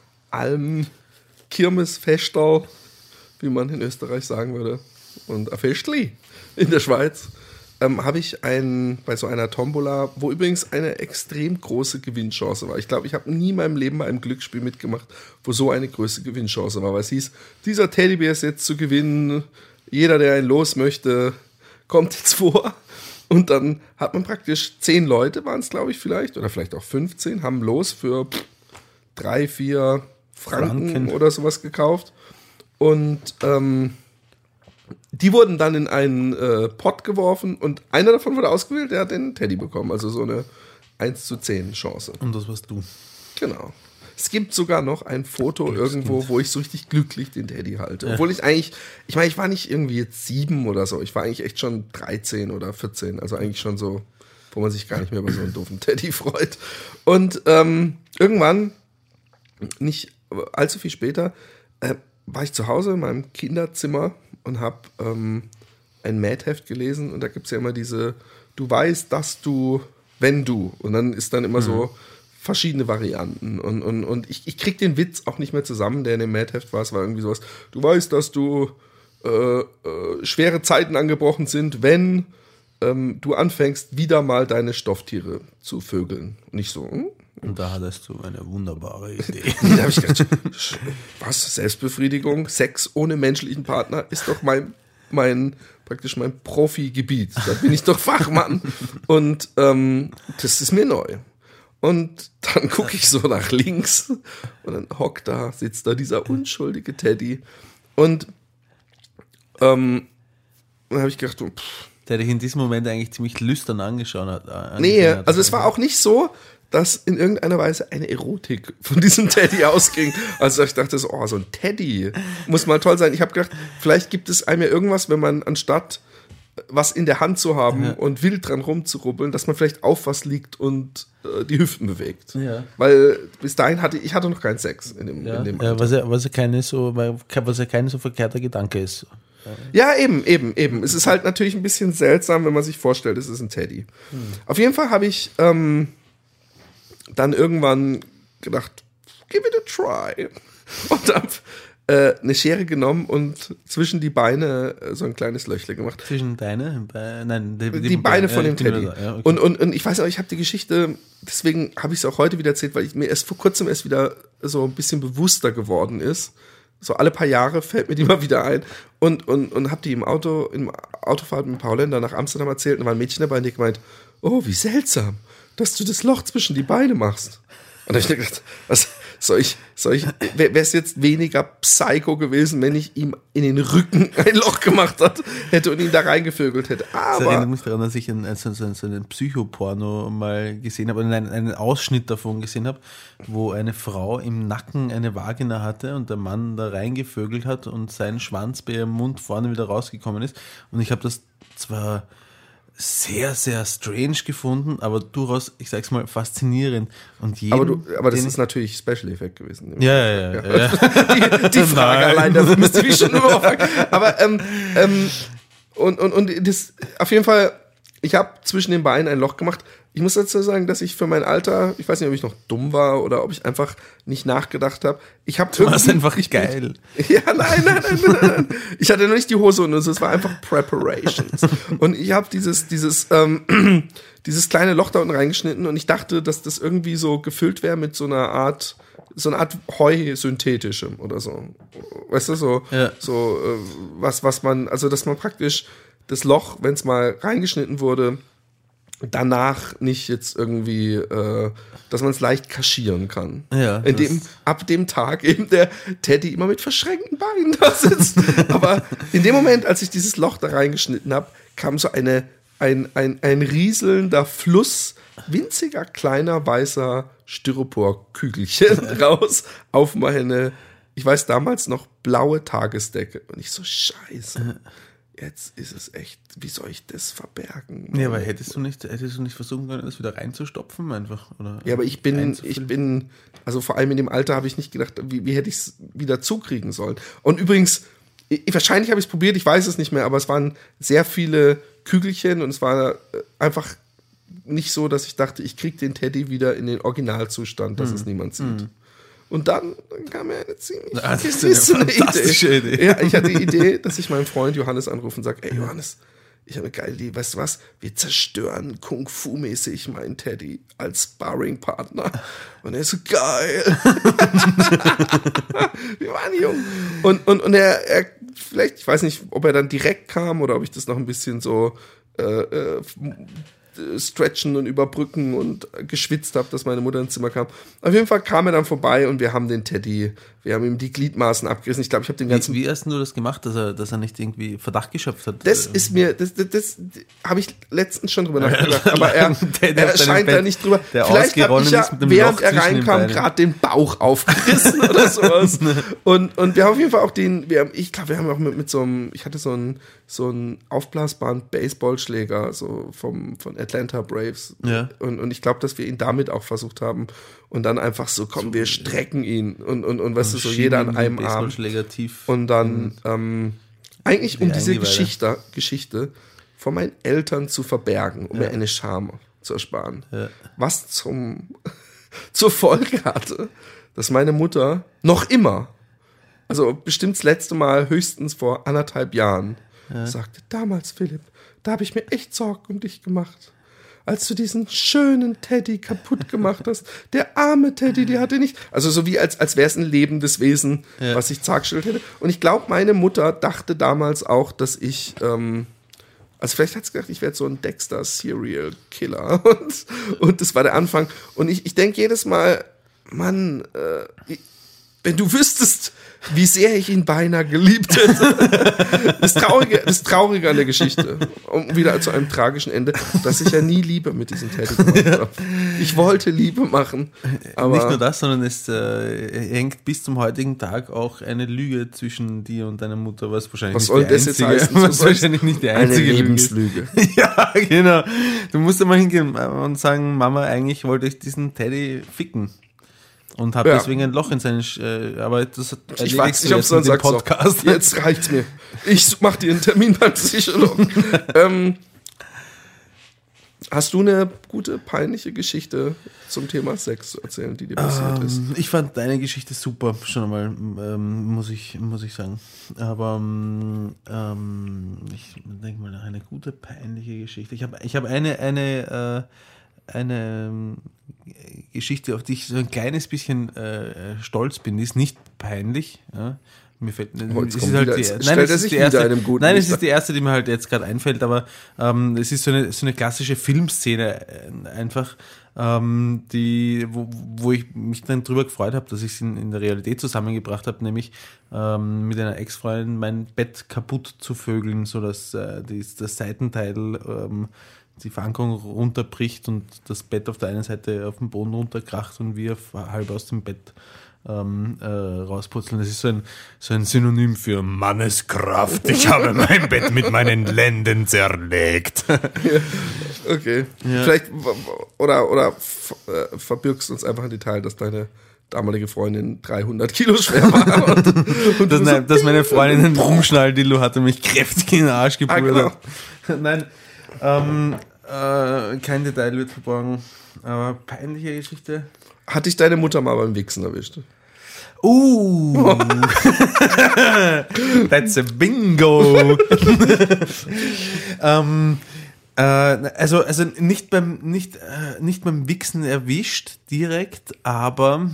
Alm-Kirmesfestal, wie man in Österreich sagen würde, und ein Festli in der Schweiz, habe ich bei so einer Tombola, wo übrigens eine extrem große Gewinnchance war. Ich glaube, ich habe nie in meinem Leben bei einem Glücksspiel mitgemacht, wo so eine große Gewinnchance war, weil es hieß, dieser Teddybär ist jetzt zu gewinnen, jeder, der ein Los möchte, kommt jetzt vor. Und dann hat man praktisch 10 Leute, waren es glaube ich vielleicht, oder vielleicht auch 15, haben Los für 3, 4 Franken oder sowas gekauft. Und die wurden dann in einen Pott geworfen und einer davon wurde ausgewählt, der hat den Teddy bekommen. Also so eine 1:10 Chance. Und das warst du. Genau. Es gibt sogar noch ein Foto irgendwo, wo ich so richtig glücklich den Teddy halte. Obwohl ich war nicht irgendwie jetzt 7 oder so. Ich war eigentlich echt schon 13 oder 14. Also eigentlich schon so, wo man sich gar nicht mehr über so einen doofen Teddy freut. Und irgendwann, nicht allzu viel später, war ich zu Hause in meinem Kinderzimmer und habe ein Mad-Heft gelesen. Und da gibt es ja immer diese, du weißt, dass du, wenn du. Und dann ist dann immer so verschiedene Varianten. Und ich krieg den Witz auch nicht mehr zusammen, der in dem Mad-Heft war. Es war irgendwie sowas, du weißt, dass du schwere Zeiten angebrochen sind, wenn du anfängst, wieder mal deine Stofftiere zu vögeln. Und ich so, Und da hattest du eine wunderbare Idee. Da habe ich gedacht, was? Selbstbefriedigung? Sex ohne menschlichen Partner ist doch praktisch mein Profigebiet. Da bin ich doch Fachmann. Und das ist mir neu. Und dann gucke ich so nach links und dann sitzt da dieser unschuldige Teddy. Und dann habe ich gedacht, der dich in diesem Moment eigentlich ziemlich lüstern angeschaut hat. Nee, also es war auch nicht so, dass in irgendeiner Weise eine Erotik von diesem Teddy ausging. Also ich dachte so, so ein Teddy muss mal toll sein. Ich habe gedacht, vielleicht gibt es einem ja irgendwas, wenn man anstatt was in der Hand zu haben und wild dran rumzurubbeln, dass man vielleicht auf was liegt und die Hüften bewegt. Ja. Weil bis dahin hatte ich noch keinen Sex in dem was ja kein so verkehrter Gedanke ist. Ja, eben. Es ist halt natürlich ein bisschen seltsam, wenn man sich vorstellt, es ist ein Teddy. Auf jeden Fall habe ich dann irgendwann gedacht, give it a try. Und habe eine Schere genommen und zwischen die Beine so ein kleines Löchle gemacht. Zwischen deine? Nein, die Beine von dem Teddy. Ja, okay. Und ich weiß auch, ich habe die Geschichte, deswegen habe ich es auch heute wieder erzählt, weil ich mir vor kurzem wieder so ein bisschen bewusster geworden ist. So alle paar Jahre fällt mir die mal wieder ein. Und habe die im Autofahrt mit Paulender nach Amsterdam erzählt und da war ein Mädchen dabei und die gemeint, oh, wie seltsam, dass du das Loch zwischen die Beine machst. Und da habe ich mir gedacht, was wäre es jetzt weniger Psycho gewesen, wenn ich ihm in den Rücken ein Loch gemacht hätte und ihn da reingevögelt hätte. Aber das erinnert mich daran, dass ich einen Psychoporno mal gesehen habe, einen Ausschnitt davon gesehen habe, wo eine Frau im Nacken eine Vagina hatte und der Mann da reingevögelt hat und sein Schwanz bei ihrem Mund vorne wieder rausgekommen ist. Und ich habe das zwar sehr, sehr strange gefunden, aber durchaus, ich sag's mal, faszinierend. Und aber das ist natürlich Special Effect gewesen. Ja. Die Frage allein, da müsste ich schon überhaupt. Aber und das auf jeden Fall, ich habe zwischen den Beinen ein Loch gemacht. Ich muss dazu sagen, dass ich für mein Alter, ich weiß nicht, ob ich noch dumm war oder ob ich einfach nicht nachgedacht habe. Du warst einfach geil. Ja, nein. Ich hatte noch nicht die Hose und es war einfach Preparations. Und ich habe dieses kleine Loch da unten reingeschnitten und ich dachte, dass das irgendwie so gefüllt wäre mit so einer Art Heu synthetischem oder so. Weißt du, was man, also dass man praktisch das Loch, wenn es mal reingeschnitten wurde, danach nicht jetzt irgendwie, dass man es leicht kaschieren kann. Ja, ab dem Tag eben der Teddy immer mit verschränkten Beinen da sitzt. Aber in dem Moment, als ich dieses Loch da reingeschnitten habe, kam so ein rieselnder Fluss winziger, kleiner, weißer Styropor-Kügelchen raus auf meine, ich weiß damals noch, blaue Tagesdecke. Und ich so, scheiße. Jetzt ist es echt, wie soll ich das verbergen? Ja, aber hättest du nicht versuchen können, das wieder reinzustopfen einfach? Oder ja, aber ich bin, also vor allem in dem Alter habe ich nicht gedacht, wie hätte ich es wieder zukriegen sollen. Und übrigens, wahrscheinlich habe ich es probiert, ich weiß es nicht mehr, aber es waren sehr viele Kügelchen und es war einfach nicht so, dass ich dachte, ich kriege den Teddy wieder in den Originalzustand, dass es niemand sieht. Und dann kam mir eine ziemlich fantastische Idee. Ja, ich hatte die Idee, dass ich meinen Freund Johannes anrufe und sage, ey Johannes, ich habe eine geile Idee, weißt du was? Wir zerstören Kung-Fu-mäßig meinen Teddy als Sparring-Partner. Und er ist so geil. Wir waren jung. Und er vielleicht, ich weiß nicht, ob er dann direkt kam oder ob ich das noch ein bisschen so stretchen und überbrücken und geschwitzt habe, dass meine Mutter ins Zimmer kam. Auf jeden Fall kam er dann vorbei und wir haben den Teddy, wir haben ihm die Gliedmaßen abgerissen. Ich glaube, ich habe den ganzen... Wie hast du das gemacht, dass er nicht irgendwie Verdacht geschöpft hat? Das habe ich letztens schon drüber nachgedacht, aber er scheint da nicht drüber. Vielleicht habe ich ja, während er reinkam, gerade den Bauch aufgerissen oder sowas. Und wir haben auf jeden Fall auch ich haben auch mit so einem, ich hatte so einen aufblasbaren Baseballschläger, so von Atlanta Braves. Ja. Und ich glaube, dass wir ihn damit auch versucht haben. Und dann einfach so, komm, wir strecken ihn. Und weißt du, so jeder an einem Arm. Tief und dann eigentlich um diese Geschichte von meinen Eltern zu verbergen, um mir eine Scham zu ersparen. Ja. Was zur Folge hatte, dass meine Mutter noch immer, also bestimmt das letzte Mal höchstens vor 1,5 Jahren, sagte, damals Philipp, da habe ich mir echt Sorgen um dich gemacht. Als du diesen schönen Teddy kaputt gemacht hast. Der arme Teddy, der hatte nicht... Also so wie als wäre es ein lebendes Wesen, was ich zergestellt hätte. Und ich glaube, meine Mutter dachte damals auch, dass ich... also vielleicht hat sie gedacht, ich werde so ein Dexter-Serial-Killer. Und das war der Anfang. Und ich denke jedes Mal, Mann, wenn du wüsstest, wie sehr ich ihn beinahe geliebt hätte. Das Traurige an der Geschichte, um wieder zu einem tragischen Ende, dass ich ja nie Liebe mit diesem Teddy gemacht habe. Ich wollte Liebe machen, aber... Nicht nur das, sondern es hängt bis zum heutigen Tag auch eine Lüge zwischen dir und deiner Mutter, was wahrscheinlich wahrscheinlich nicht die einzige eine Lebenslüge. Ja, genau. Du musst einmal hingehen und sagen, Mama, eigentlich wollte ich diesen Teddy ficken. Und hat deswegen ein Loch in seinen... aber das ich weiß nicht, ob es dann sagt, Podcast. So, jetzt reicht's mir. Ich mache dir einen Termin beim Psychologen. Hast du eine gute, peinliche Geschichte zum Thema Sex zu erzählen, die dir passiert ist? Ich fand deine Geschichte super, schon einmal, muss ich sagen. Aber ich denke mal nach eine gute, peinliche Geschichte. Ich habe eine Geschichte, auf die ich so ein kleines bisschen stolz bin, die ist nicht peinlich. Ja. Mir fällt, es ist halt es ist die erste, die mir halt jetzt gerade einfällt, aber es ist so eine klassische Filmszene einfach, wo ich mich dann drüber gefreut habe, dass ich es in der Realität zusammengebracht habe, nämlich mit einer Ex-Freundin mein Bett kaputt zu vögeln, sodass das Seitenteil die Verankerung runterbricht und das Bett auf der einen Seite auf den Boden runterkracht und wir halb aus dem Bett rausputzeln. Das ist so ein Synonym für Manneskraft. Ich habe mein Bett mit meinen Lenden zerlegt. Ja, okay. Ja. Vielleicht oder verbirgst uns einfach ein Detail, dass deine damalige Freundin 300 Kilo schwer war. Dass meine Freundin einen Rumschnall-Dildo hatte und mich kräftig in den Arsch gepult hat. Genau. Nein. Kein Detail wird verborgen, aber peinliche Geschichte. Hat dich deine Mutter mal beim Wichsen erwischt? That's a bingo. Also nicht beim Wichsen erwischt direkt, aber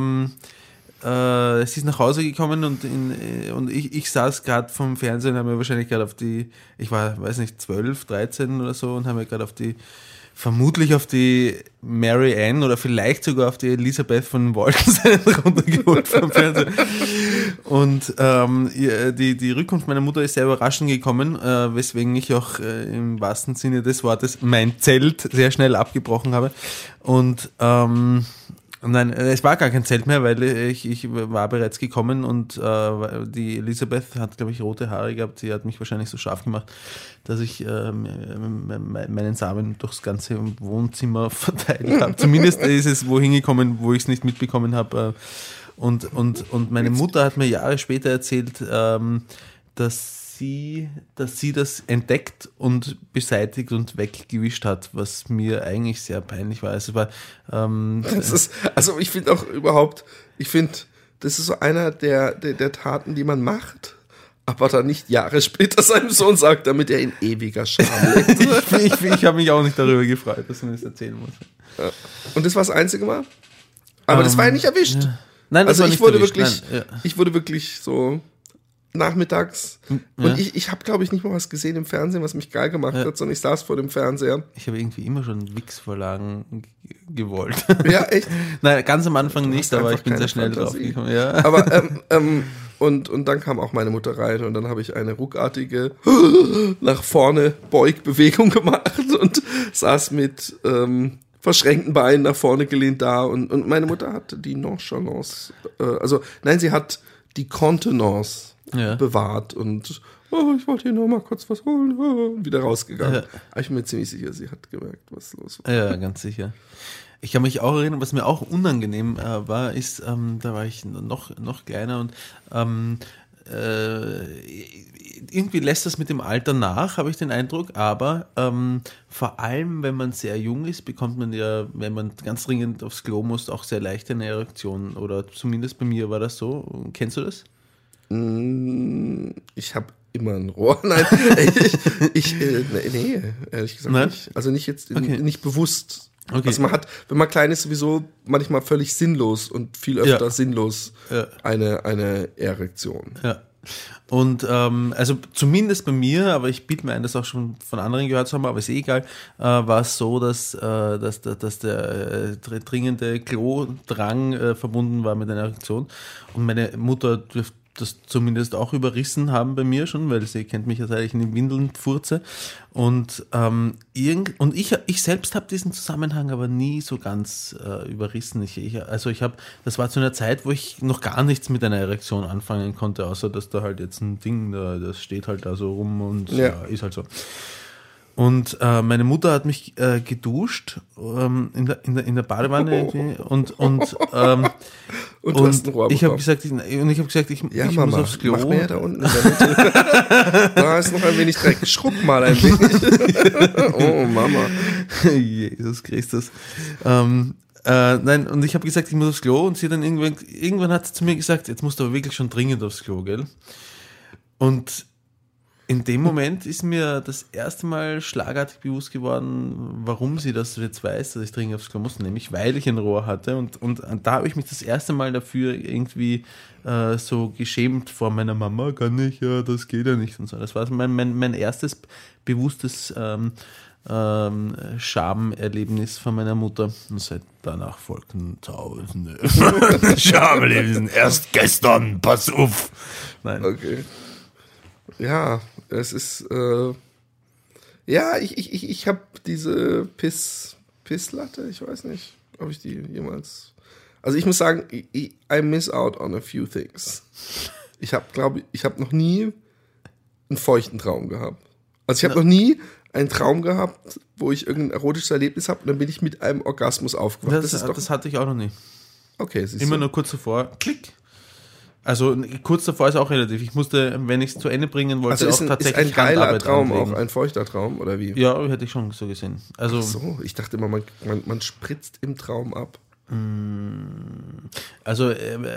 sie ist nach Hause gekommen und ich saß gerade vom Fernsehen und habe mir wahrscheinlich gerade auf die, ich war, weiß nicht, 12, 13 oder so und habe mir gerade vermutlich auf die Mary Ann oder vielleicht sogar auf die Elisabeth von Wolkenstein runtergeholt vom Fernsehen. Und die Rückkunft meiner Mutter ist sehr überraschend gekommen, weswegen ich auch im wahrsten Sinne des Wortes mein Zelt sehr schnell abgebrochen habe. Und nein, es war gar kein Zelt mehr, weil ich war bereits gekommen und die Elisabeth hat, glaube ich, rote Haare gehabt. Sie hat mich wahrscheinlich so scharf gemacht, dass ich meinen Samen durchs ganze Wohnzimmer verteilt habe. Zumindest ist es wohin gekommen, wo ich es nicht mitbekommen habe. Und meine Mutter hat mir Jahre später erzählt, dass sie das entdeckt und beseitigt und weggewischt hat, was mir eigentlich sehr peinlich war. Es war also ich finde auch überhaupt, das ist so einer der Taten, die man macht, aber dann nicht Jahre später seinem Sohn sagt, damit er in ewiger Scham lebt. ich habe mich auch nicht darüber gefreut, dass du mir das erzählen musst. Ja. Und das war das einzige Mal? Aber das war ja nicht erwischt. Ja. Nein, das also war ich nicht wurde erwischt. wirklich, Nein, ja. ich wurde wirklich so nachmittags und ich habe, glaube ich, nicht mal was gesehen im Fernsehen, was mich geil gemacht hat, sondern ich saß vor dem Fernseher. Ich habe irgendwie immer schon Wix-Vorlagen gewollt. Ja, echt? Nein, ganz am Anfang nicht, aber ich bin sehr schnell drauf gekommen. Ja. Aber und dann kam auch meine Mutter rein und dann habe ich eine ruckartige nach vorne Beugbewegung gemacht und saß mit verschränkten Beinen nach vorne gelehnt da und meine Mutter hatte die Nonchalance, sie hat die Kontenance bewahrt und ich wollte hier noch mal kurz was holen und wieder rausgegangen. Ja. Aber ich bin mir ziemlich sicher, sie hat gemerkt, was los war. Ja, ganz sicher. Ich kann mich auch erinnern, was mir auch unangenehm war, ist, da war ich noch kleiner und irgendwie lässt das mit dem Alter nach, habe ich den Eindruck, aber vor allem, wenn man sehr jung ist, bekommt man ja, wenn man ganz dringend aufs Klo muss, auch sehr leicht eine Erektion oder zumindest bei mir war das so. Kennst du das? Ich habe immer ein Rohr. Nein, nee, ehrlich gesagt nicht. Also nicht jetzt, nicht bewusst. Okay. Also man hat, wenn man klein ist, sowieso manchmal völlig sinnlos und viel öfter sinnlos eine Erektion. Ja. Und also zumindest bei mir, aber ich biete mir ein, das auch schon von anderen gehört zu haben, aber ist egal, war es so, dass der dringende Klodrang verbunden war mit einer Erektion und meine Mutter dürfte das zumindest auch überrissen haben bei mir schon, weil sie kennt mich ja, seit ich in den Windeln furze. Und ich selbst habe diesen Zusammenhang aber nie so ganz überrissen. Das war zu einer Zeit, wo ich noch gar nichts mit einer Erektion anfangen konnte, außer dass da halt jetzt ein Ding, das steht halt da so rum und ist halt so. Und meine Mutter hat mich geduscht in der Badewanne und du hast ein Rohr ich habe gesagt, ich muss aufs Klo. Mach mehr da unten in der Mitte. Da ist noch ein wenig Dreck. Schrubb mal ein wenig. Oh, Mama. Jesus Christus. Nein, und ich habe gesagt, ich muss aufs Klo und sie dann irgendwann hat sie zu mir gesagt, jetzt musst du aber wirklich schon dringend aufs Klo, gell? Und in dem Moment ist mir das erste Mal schlagartig bewusst geworden, warum sie das jetzt weiß, dass ich dringend aufs Klo muss, nämlich weil ich ein Rohr hatte und da habe ich mich das erste Mal dafür irgendwie so geschämt vor meiner Mama, kann ich, ja, das geht ja nicht und so. Das war mein erstes bewusstes Schamerlebnis von meiner Mutter und seit danach folgten Tausende Schamerlebnisse. Erst gestern, pass auf. Nein. Okay. Ja, es ist, ich habe diese Pisslatte, ich weiß nicht, ob ich die jemals, also ich muss sagen, I miss out on a few things. Ich habe noch nie einen feuchten Traum gehabt. Also ich habe noch nie einen Traum gehabt, wo ich irgendein erotisches Erlebnis habe und dann bin ich mit einem Orgasmus aufgewacht. Das hatte ich auch noch nie. Okay, immer nur kurz zuvor, klick. Also kurz davor ist auch relativ. Ich musste, wenn ich es zu Ende bringen wollte, also auch tatsächlich ist ein geiler Traum auch ein feuchter Traum, oder wie? Ja, hätte ich schon so gesehen. Also, ach so, ich dachte immer, man spritzt im Traum ab. Also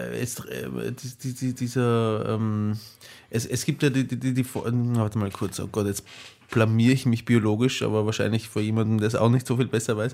es gibt ja die warte mal kurz, oh Gott, jetzt blamiere ich mich biologisch, aber wahrscheinlich vor jemandem, der es auch nicht so viel besser weiß.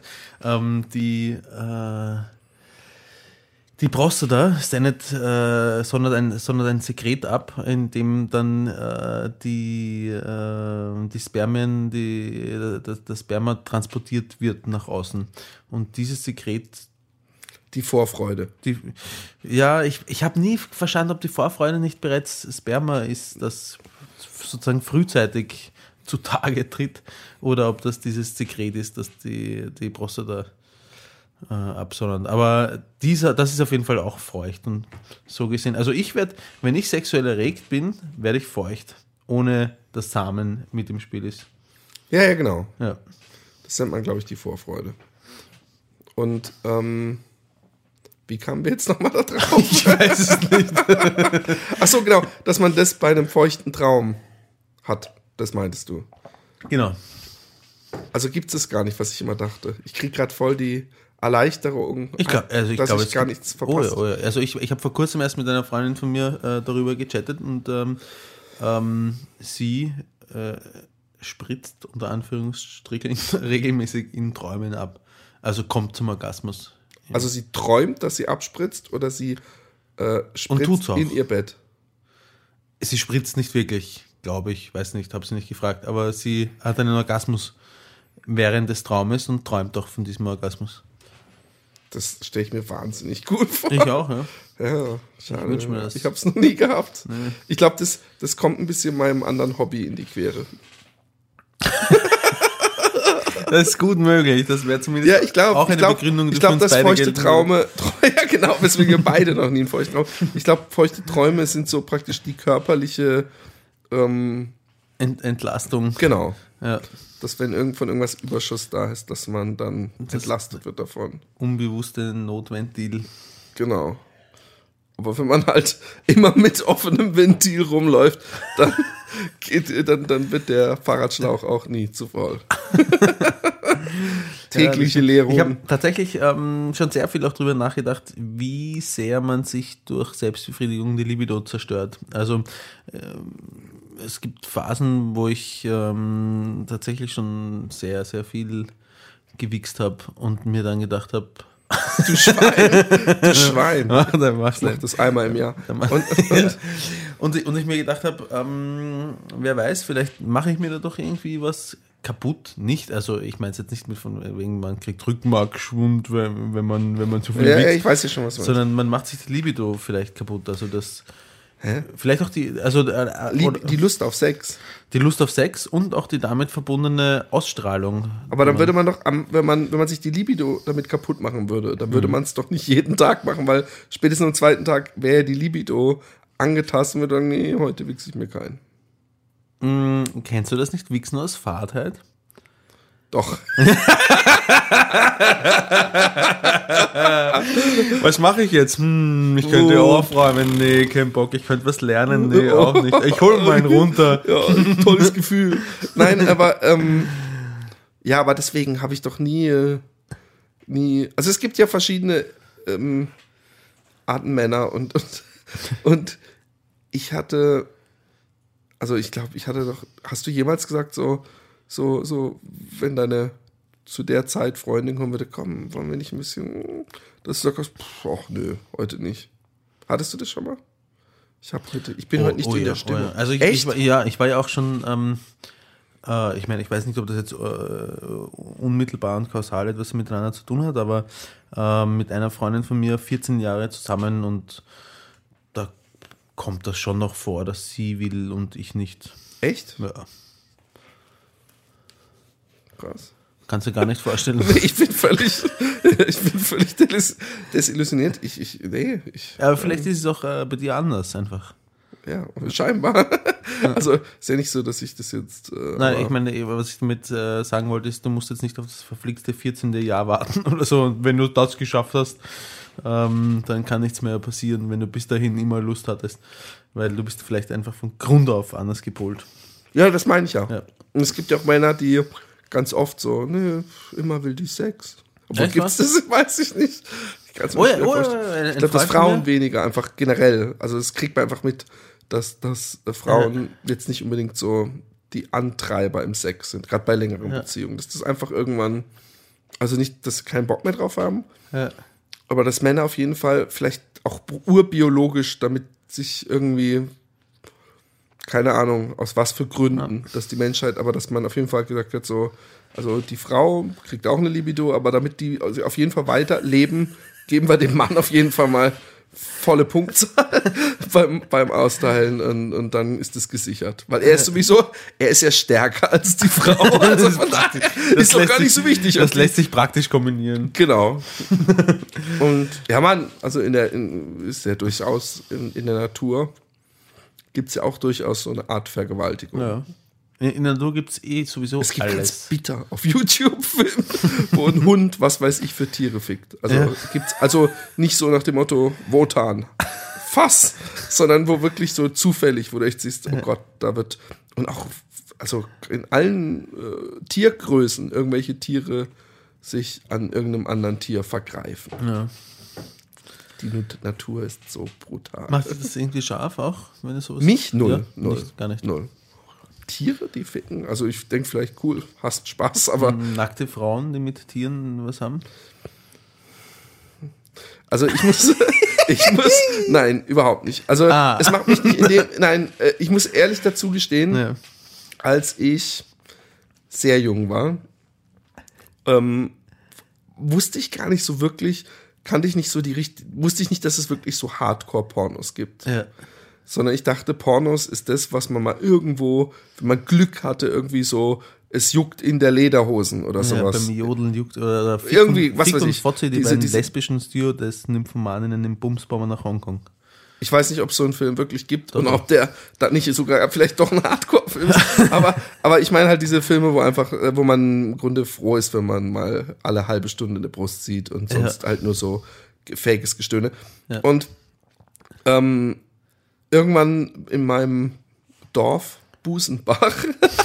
Die Prostata sondert ein Sekret ab, in dem dann die Spermien, das Sperma transportiert wird nach außen. Und dieses Sekret, die Vorfreude. Ich habe nie verstanden, ob die Vorfreude nicht bereits Sperma ist, das sozusagen frühzeitig zutage tritt, oder ob das dieses Sekret ist, das die Prostata absondern. Aber das ist auf jeden Fall auch feucht und so gesehen. Also ich werde, wenn ich sexuell erregt bin, werde ich feucht, ohne dass Samen mit im Spiel ist. Ja, genau. Ja. Das nennt man, glaube ich, die Vorfreude. Und wie kamen wir jetzt nochmal da drauf? Ich weiß es nicht. Ach so, genau, dass man das bei einem feuchten Traum hat. Das meintest du. Genau. Also gibt es gar nicht, was ich immer dachte. Ich kriege gerade voll die Erleichterung, ich gar nichts verpasst. Oh ja. Also ich habe vor kurzem erst mit einer Freundin von mir darüber gechattet und sie spritzt unter Anführungsstrichen regelmäßig in Träumen ab. Also kommt zum Orgasmus. Ja. Also sie träumt, dass sie abspritzt, oder sie spritzt in ihr Bett? Sie spritzt nicht wirklich, glaube ich. Weiß nicht, habe sie nicht gefragt. Aber sie hat einen Orgasmus während des Traumes und träumt auch von diesem Orgasmus. Das stelle ich mir wahnsinnig gut vor. Ich auch, ja. Ja, schade. Ich wünsche mir das. Ich habe es noch nie gehabt. Nee. Ich glaube, das kommt ein bisschen meinem anderen Hobby in die Quere. Das ist gut möglich. Das wäre zumindest auch eine Begründung, die ich glaube, für uns dass beide feuchte gelten Träume, ja genau, weswegen wir beide noch nie einen feuchten Traum. Ich glaube, feuchte Träume sind so praktisch die körperliche Entlastung. Genau. Ja. Dass wenn von irgendwas Überschuss da ist, dass man dann entlastet wird davon. Unbewusste Notventil. Genau. Aber wenn man halt immer mit offenem Ventil rumläuft, dann wird der Fahrradschlauch auch nie zu voll. Tägliche Leerung. Ich habe tatsächlich schon sehr viel auch darüber nachgedacht, wie sehr man sich durch Selbstbefriedigung die Libido zerstört. Also es gibt Phasen, wo ich tatsächlich schon sehr, sehr viel gewichst habe und mir dann gedacht habe, du Schwein. Ja, dann machst du das einmal im Jahr. Und ich mir gedacht habe, wer weiß, vielleicht mache ich mir da doch irgendwie was kaputt. Nicht, also ich meine es jetzt nicht mit von wegen, man kriegt Rückenmarkschwund, wenn man zu viel wiegt. Ja, ich weiß ja schon, was du meinst. Sondern man macht sich die Libido vielleicht kaputt. Also das vielleicht auch die Lust auf Sex. Die Lust auf Sex und auch die damit verbundene Ausstrahlung. Aber dann würde man doch, wenn man sich die Libido damit kaputt machen würde, dann würde man es doch nicht jeden Tag machen, weil spätestens am zweiten Tag wäre die Libido angetastet und würde sagen, nee, heute wichse ich mir keinen. Kennst du das nicht? Wichsen aus Fahrtheit? Doch. Was mache ich jetzt? Ich könnte aufräumen. Nee, kein Bock. Ich könnte was lernen. Nee, auch nicht. Ich hole meinen runter. Ja, tolles Gefühl. Nein, aber aber deswegen habe ich doch nie. Also es gibt ja verschiedene Arten Männer und ich hatte. Also ich glaube, hast du jemals gesagt, so, wenn deine zu der Zeit Freundin kommen würde, komm, wollen wir nicht ein bisschen, dass du sagst, ach nö, heute nicht. Hattest du das schon mal? Ich bin heute nicht in der Stimmung. Also ich war ja auch schon, ich meine, ich weiß nicht, ob das jetzt unmittelbar und kausal etwas miteinander zu tun hat, aber mit einer Freundin von mir 14 Jahre zusammen und da kommt das schon noch vor, dass sie will und ich nicht. Echt? Ja. Krass. Kannst du gar nicht vorstellen. Ich bin völlig desillusioniert. Aber vielleicht ist es auch bei dir anders einfach. Ja, scheinbar. Also ist ja nicht so, dass ich das jetzt... Nein, ich meine, was ich damit sagen wollte, ist, du musst jetzt nicht auf das verflixte 14. Jahr warten oder so. Und wenn du das geschafft hast, dann kann nichts mehr passieren, wenn du bis dahin immer Lust hattest. Weil du bist vielleicht einfach von Grund auf anders gepolt. Ja, das meine ich ja. Und es gibt ja auch Männer, die ganz oft so, immer will die Sex. Obwohl gibt's das, weiß ich nicht. Ich kann es mir vorstellen. Ich glaube, dass Frauen weniger einfach generell, also das kriegt man einfach mit, dass Frauen jetzt nicht unbedingt so die Antreiber im Sex sind, gerade bei längeren Beziehungen. Dass das einfach irgendwann, also nicht, dass sie keinen Bock mehr drauf haben, aber dass Männer auf jeden Fall vielleicht auch urbiologisch damit sich irgendwie, keine Ahnung, aus was für Gründen, dass die Menschheit, aber dass man auf jeden Fall gesagt hat, so, also die Frau kriegt auch eine Libido, aber damit die auf jeden Fall weiterleben, geben wir dem Mann auf jeden Fall mal volle Punktzahl beim Austeilen und dann ist es gesichert. Weil er ist sowieso, er ist ja stärker als die Frau. Also von daher ist doch gar nicht so wichtig. Das lässt sich praktisch kombinieren. Genau. Und ja, man, also ist ja durchaus in der Natur gibt es ja auch durchaus so eine Art Vergewaltigung. Ja. In der Natur gibt es sowieso alles. Es gibt ganz bitter auf YouTube Filme, wo ein Hund, was weiß ich, für Tiere fickt. Also gibt's also nicht so nach dem Motto Wotan, Fass, sondern wo wirklich so zufällig, wo du echt siehst, oh Gott, da wird, und auch also in allen Tiergrößen irgendwelche Tiere sich an irgendeinem anderen Tier vergreifen. Ja. Die Natur ist so brutal. Macht das irgendwie scharf auch, wenn es sowas? Mich null. Ja? Null. Nicht, gar nicht. Null. Tiere, die ficken? Also ich denke vielleicht cool, hast Spaß, aber... Nackte Frauen, die mit Tieren was haben? Also ich muss... nein, überhaupt nicht. Also es macht mich nicht ich muss ehrlich dazu gestehen, als ich sehr jung war, wusste ich gar nicht so wirklich, wusste ich nicht, dass es wirklich so Hardcore-Pornos gibt. Ja. Sondern ich dachte, Pornos ist das, was man mal irgendwo, wenn man Glück hatte, irgendwie so, es juckt in der Lederhosen oder sowas. Ja, beim Jodeln juckt oder Fick irgendwie, und, was Fick weiß und ich. Fotze, die beiden lesbischen Stewardess-Nymphomaninnen im Bumsbaumer nach Hongkong. Ich weiß nicht, ob es so einen Film wirklich gibt und ob der da nicht sogar vielleicht doch ein Hardcore-Film ist. aber ich meine halt diese Filme, wo man im Grunde froh ist, wenn man mal alle halbe Stunde eine Brust sieht und sonst halt nur so fakes Gestöhne. Ja. Und irgendwann in meinem Dorf, Busenbach,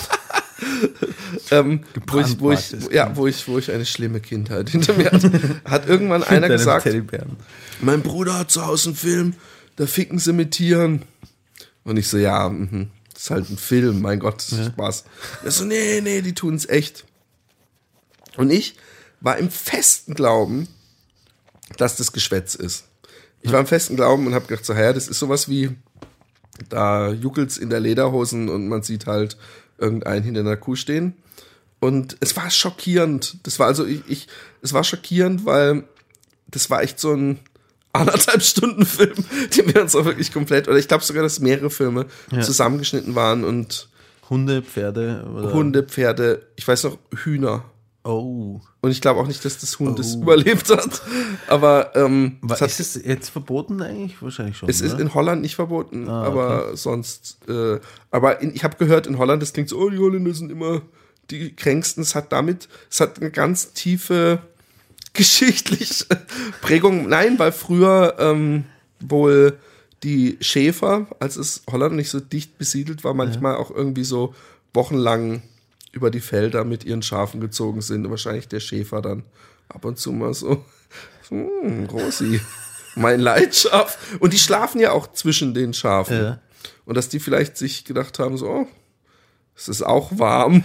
wo ich eine schlimme Kindheit hinter mir hatte, hat irgendwann einer gesagt, mein Bruder hat zu Hause einen Film, da ficken sie mit Tieren. Und ich so, das ist halt ein Film, mein Gott, das ist Spaß. Er so, nee, die tun's echt. Und ich war im festen Glauben, dass das Geschwätz ist. Ich war im festen Glauben und habe gedacht, das ist sowas wie, da juckelt's in der Lederhosen und man sieht halt irgendeinen hinter einer Kuh stehen. Und es war schockierend. Das war also, es war schockierend, weil das war echt so ein 1,5 Stunden Film, den wir uns auch wirklich komplett, oder ich glaube sogar, dass mehrere Filme zusammengeschnitten waren und Hunde, Pferde, ich weiß noch, Hühner. Oh. Und ich glaube auch nicht, dass das Hund es überlebt hat. Aber ist es jetzt verboten eigentlich? Wahrscheinlich schon. Es ist in Holland nicht verboten, aber sonst. Ich habe gehört, in Holland, das klingt so, die Holländer sind immer die kränksten. Es hat eine ganz tiefe geschichtliche Prägung. Nein, weil früher wohl die Schäfer, als es Holland nicht so dicht besiedelt war, manchmal auch irgendwie so wochenlang über die Felder mit ihren Schafen gezogen sind. Und wahrscheinlich der Schäfer dann ab und zu mal so, Rosi, mein Leitschaf. Und die schlafen ja auch zwischen den Schafen. Ja. Und dass die vielleicht sich gedacht haben, so, es ist auch warm.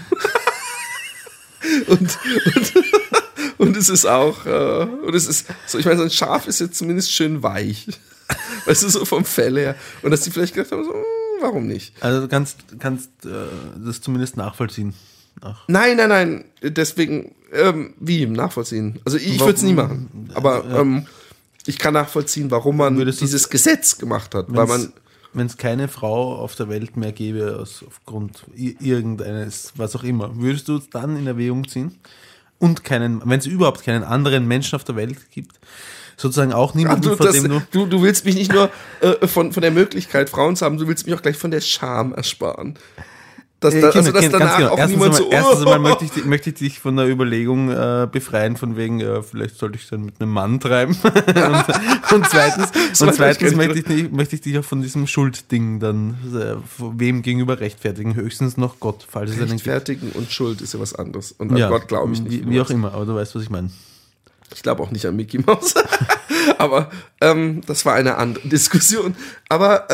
und es ist auch, und es ist so, ich meine, so ein Schaf ist jetzt zumindest schön weich. Weißt du, so vom Fell her. Und dass die vielleicht gedacht haben, so, warum nicht? Also du kannst das zumindest nachvollziehen. Nein. Deswegen, wie nachvollziehen? Also ich würde es nie machen. Aber ich kann nachvollziehen, warum man dieses Gesetz gemacht hat. Wenn es keine Frau auf der Welt mehr gäbe, aufgrund irgendeines, was auch immer, würdest du es dann in Erwägung ziehen? und wenn es überhaupt keinen anderen Menschen auf der Welt gibt, sozusagen auch niemanden, von dem du willst mich nicht nur von der Möglichkeit, Frauen zu haben, du willst mich auch gleich von der Scham ersparen. Dass danach auch niemand so... Erstens einmal möchte ich dich von der Überlegung befreien, von wegen, vielleicht sollte ich dann mit einem Mann treiben. und zweitens möchte ich dich auch von diesem Schuldding dann wem gegenüber rechtfertigen. Höchstens noch Gott, falls es einen gibt. Rechtfertigen und Schuld ist ja was anderes. Und an Gott glaube ich nicht. Wie auch immer, aber du weißt, was ich meine. Ich glaube auch nicht an Mickey Mouse. Aber das war eine andere Diskussion. Aber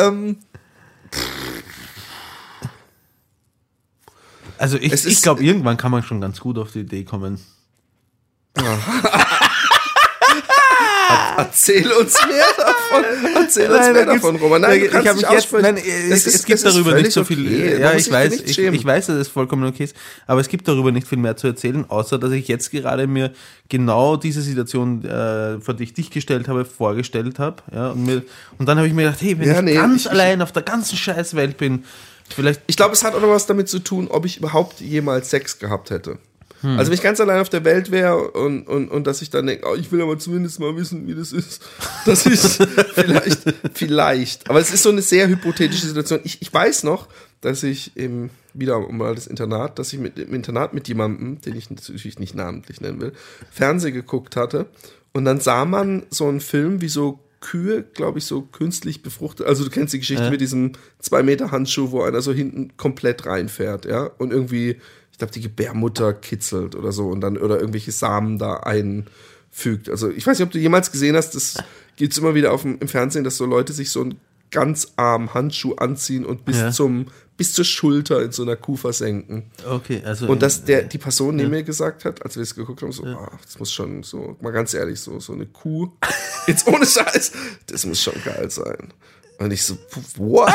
also ich glaube, irgendwann kann man schon ganz gut auf die Idee kommen. Erzähl uns mehr davon, Roman. Nein, es gibt darüber nicht so viel. Okay. Ja, ich weiß, dass es vollkommen okay ist, aber es gibt darüber nicht viel mehr zu erzählen, außer dass ich jetzt gerade mir genau diese Situation, vor die ich dich gestellt habe, vorgestellt habe. Ja, und dann habe ich mir gedacht, hey, wenn ich allein auf der ganzen Scheißwelt bin, vielleicht. Ich glaube, es hat auch noch was damit zu tun, ob ich überhaupt jemals Sex gehabt hätte. Also wenn ich ganz allein auf der Welt wäre und dass ich dann denke, ich will aber zumindest mal wissen, wie das ist. Das ist vielleicht. Aber es ist so eine sehr hypothetische Situation. Ich weiß noch, dass ich wieder mal das Internat, dass ich im Internat mit jemandem, den ich natürlich nicht namentlich nennen will, Fernsehen geguckt hatte. Und dann sah man so einen Film, wie so Kühe, glaube ich, so künstlich befruchtet. Also du kennst die Geschichte mit diesem 2 Meter Handschuh, wo einer so hinten komplett reinfährt, ja, und irgendwie, ich glaube, die Gebärmutter kitzelt oder so und dann oder irgendwelche Samen da einfügt. Also ich weiß nicht, ob du jemals gesehen hast, das gibt's immer wieder im Fernsehen, dass so Leute sich so einen ganz armen Handschuh anziehen und bis zur Schulter in so einer Kuh versenken. Okay, also und dass die Person neben mir gesagt hat, als wir es geguckt haben, so, das muss schon so, mal ganz ehrlich, so eine Kuh, jetzt ohne Scheiß, das muss schon geil sein. Und ich so, what?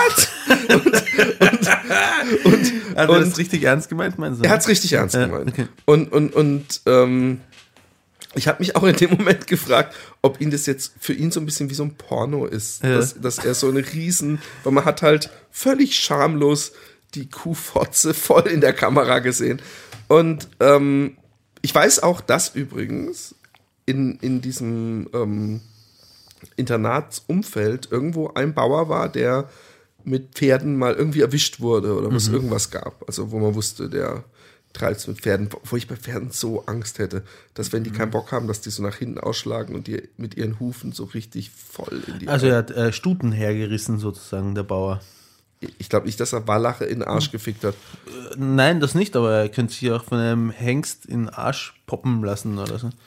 Hat er das richtig ernst gemeint, meinst du? Er hat es richtig ernst gemeint. Okay. Und ich habe mich auch in dem Moment gefragt, ob ihn das jetzt für ihn so ein bisschen wie so ein Porno ist. Ja. Dass er so eine weil man hat halt völlig schamlos die Kuhfotze voll in der Kamera gesehen. Und ich weiß auch, dass übrigens in diesem Internatsumfeld irgendwo ein Bauer war, der mit Pferden mal irgendwie erwischt wurde oder was irgendwas gab. Also wo man wusste, der treibt mit Pferden, wo ich bei Pferden so Angst hätte, dass wenn die keinen Bock haben, dass die so nach hinten ausschlagen und die mit ihren Hufen so richtig voll in die Also er hat Stuten hergerissen sozusagen, der Bauer. Ich glaube nicht, dass er Wallache in den Arsch gefickt hat. Nein, das nicht, aber er könnte sich auch von einem Hengst in den Arsch poppen lassen oder so.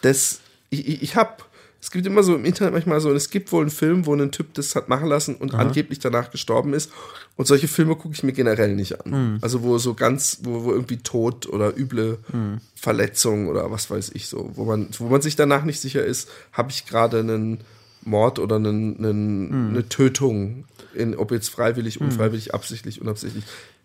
Es gibt immer so im Internet manchmal so, es gibt wohl einen Film, wo ein Typ das hat machen lassen und angeblich danach gestorben ist. Und solche Filme gucke ich mir generell nicht an. Also wo so wo irgendwie Tod oder üble Verletzung oder was weiß ich so, wo man sich danach nicht sicher ist, habe ich gerade einen Mord oder eine Tötung, ob jetzt freiwillig, unfreiwillig, absichtlich, unabsichtlich.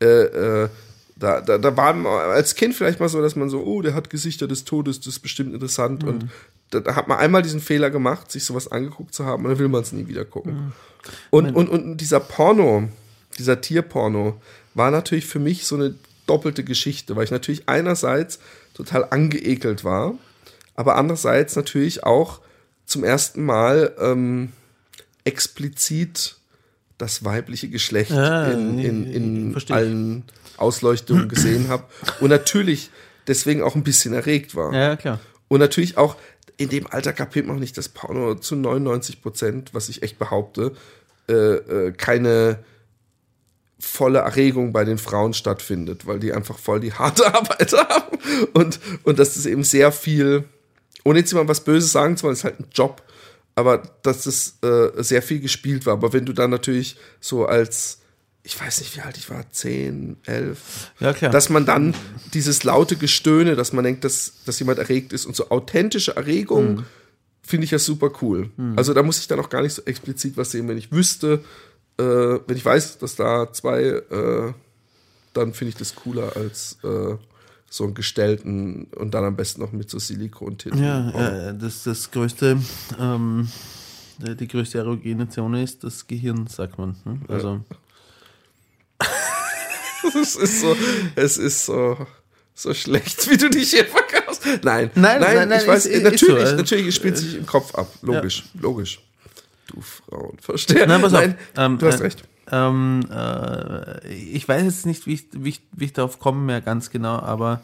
Da war als Kind vielleicht mal so, dass man so, der hat Gesichter des Todes, das ist bestimmt interessant. Und da hat man einmal diesen Fehler gemacht, sich sowas angeguckt zu haben und dann will man es nie wieder gucken. Und dieser Porno, dieser Tierporno, war natürlich für mich so eine doppelte Geschichte, weil ich natürlich einerseits total angeekelt war, aber andererseits natürlich auch zum ersten Mal explizit das weibliche Geschlecht in allen Ausleuchtungen gesehen habe und natürlich deswegen auch ein bisschen erregt war. Ja, klar. Und natürlich auch in dem Alter kapiert man auch nicht, dass Porno zu 99%, was ich echt behaupte, keine volle Erregung bei den Frauen stattfindet, weil die einfach voll die harte Arbeit haben und dass das eben sehr viel, ohne jetzt jemand was Böses sagen zu wollen, ist halt ein Job, aber dass das sehr viel gespielt war. Aber wenn du dann natürlich so als, ich weiß nicht, wie alt ich war, 10, 11, ja, klar, dass man dann dieses laute Gestöhne, dass man denkt, dass jemand erregt ist und so authentische Erregung, finde ich ja super cool. Also da muss ich dann auch gar nicht so explizit was sehen, wenn ich wüsste, wenn ich weiß, dass da zwei, dann finde ich das cooler als so einen gestellten und dann am besten noch mit so Silikontitten. Ja, das größte, die größte erogene Zone ist das Gehirn, sagt man. Ne? Also es ist so, so schlecht, wie du dich hier verkaufst. Nein, ich weiß, natürlich spielt sich im Kopf ab. Logisch. Du Frauenversteher. Nein, pass auf. Du hast recht. Ich weiß jetzt nicht, wie ich darauf komme mehr ganz genau, aber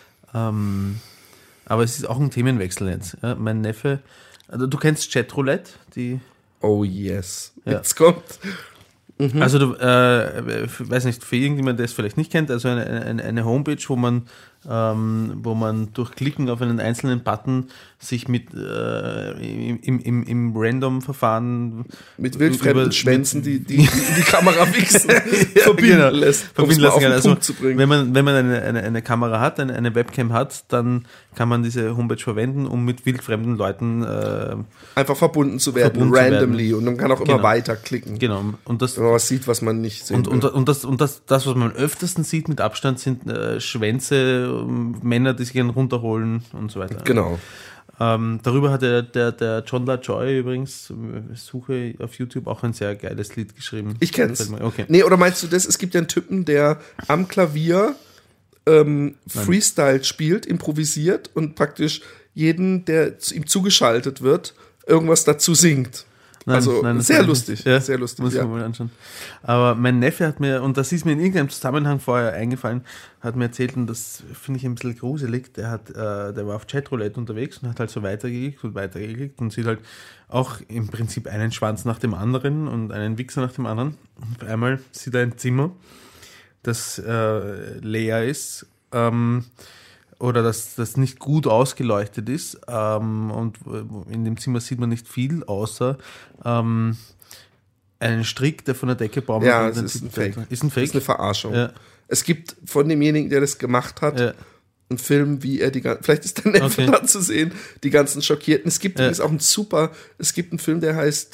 es ist auch ein Themenwechsel jetzt. Ja, mein Neffe, also du kennst Chatroulette, die... Oh yes, jetzt kommt... Also du, weiß nicht, für irgendjemand, der es vielleicht nicht kennt, also eine Homepage, wo man durch Klicken auf einen einzelnen Button sich mit im Random-Verfahren mit wildfremden Schwänzen, die die Kamera wichsen, verbinden lässt, um es mal auf den Punkt zu bringen. Wenn man eine Kamera hat, eine Webcam hat, dann kann man diese Homepage verwenden, um mit wildfremden Leuten einfach verbunden zu werden, randomly. Und man kann auch immer weiter klicken. Genau. Und das, wenn man was sieht, was man nicht sehen will. Und das, was man am öftesten sieht mit Abstand, sind Schwänze, Männer, die sich gerne runterholen und so weiter. Genau. Darüber hat der John LaJoy übrigens, Suche auf YouTube, auch ein sehr geiles Lied geschrieben. Ich kenn's. Okay. Nee, oder meinst du das? Es gibt ja einen Typen, der am Klavier Freestyle spielt, improvisiert und praktisch jeden, der ihm zugeschaltet wird, irgendwas dazu singt. Nein, sehr lustig. Ja, sehr lustig. Muss man mal anschauen. Aber mein Neffe hat mir, und das ist mir in irgendeinem Zusammenhang vorher eingefallen, hat mir erzählt, und das finde ich ein bisschen gruselig, der war auf Chatroulette unterwegs und hat halt so weitergeklickt und sieht halt auch im Prinzip einen Schwanz nach dem anderen und einen Wichser nach dem anderen. Und auf einmal sieht er ein Zimmer, das leer ist, oder dass das nicht gut ausgeleuchtet ist, und in dem Zimmer sieht man nicht viel, außer einen Strick, der von der Decke baumelt. Ja, das ist ein Fake. Ist ein Fake? Das ist eine Verarschung. Ja. Es gibt von demjenigen, der das gemacht hat, einen Film, wie er vielleicht ist der Neffe da zu sehen, die ganzen Schockierten. Es gibt übrigens auch es gibt einen Film, der heißt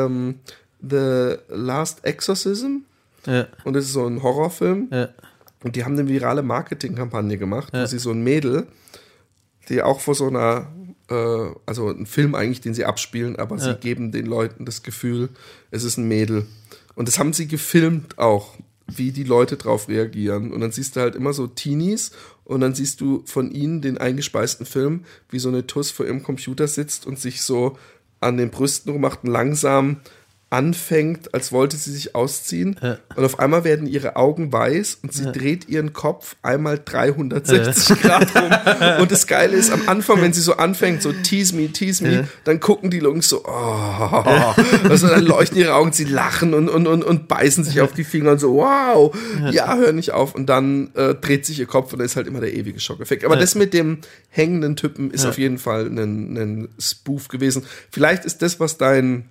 The Last Exorcism. Ja. Und das ist so ein Horrorfilm. Ja. Und die haben eine virale Marketingkampagne gemacht, wo sie so ein Mädel, die auch vor so einer, also ein Film eigentlich, den sie abspielen, aber sie geben den Leuten das Gefühl, es ist ein Mädel. Und das haben sie gefilmt auch, wie die Leute drauf reagieren. Und dann siehst du halt immer so Teenies und dann siehst du von ihnen den eingespeisten Film, wie so eine Tuss vor ihrem Computer sitzt und sich so an den Brüsten rummacht und langsam anfängt, als wollte sie sich ausziehen. Und auf einmal werden ihre Augen weiß und sie dreht ihren Kopf einmal 360 Grad rum. Und das Geile ist, am Anfang, wenn sie so anfängt, so tease me, dann gucken die Jungs so, also dann leuchten ihre Augen, sie lachen und beißen sich auf die Finger und so, wow, ja, hör nicht auf. Und dann dreht sich ihr Kopf und da ist halt immer der ewige Schockeffekt. Aber das mit dem hängenden Typen ist auf jeden Fall ein Spoof gewesen. Vielleicht ist das, was dein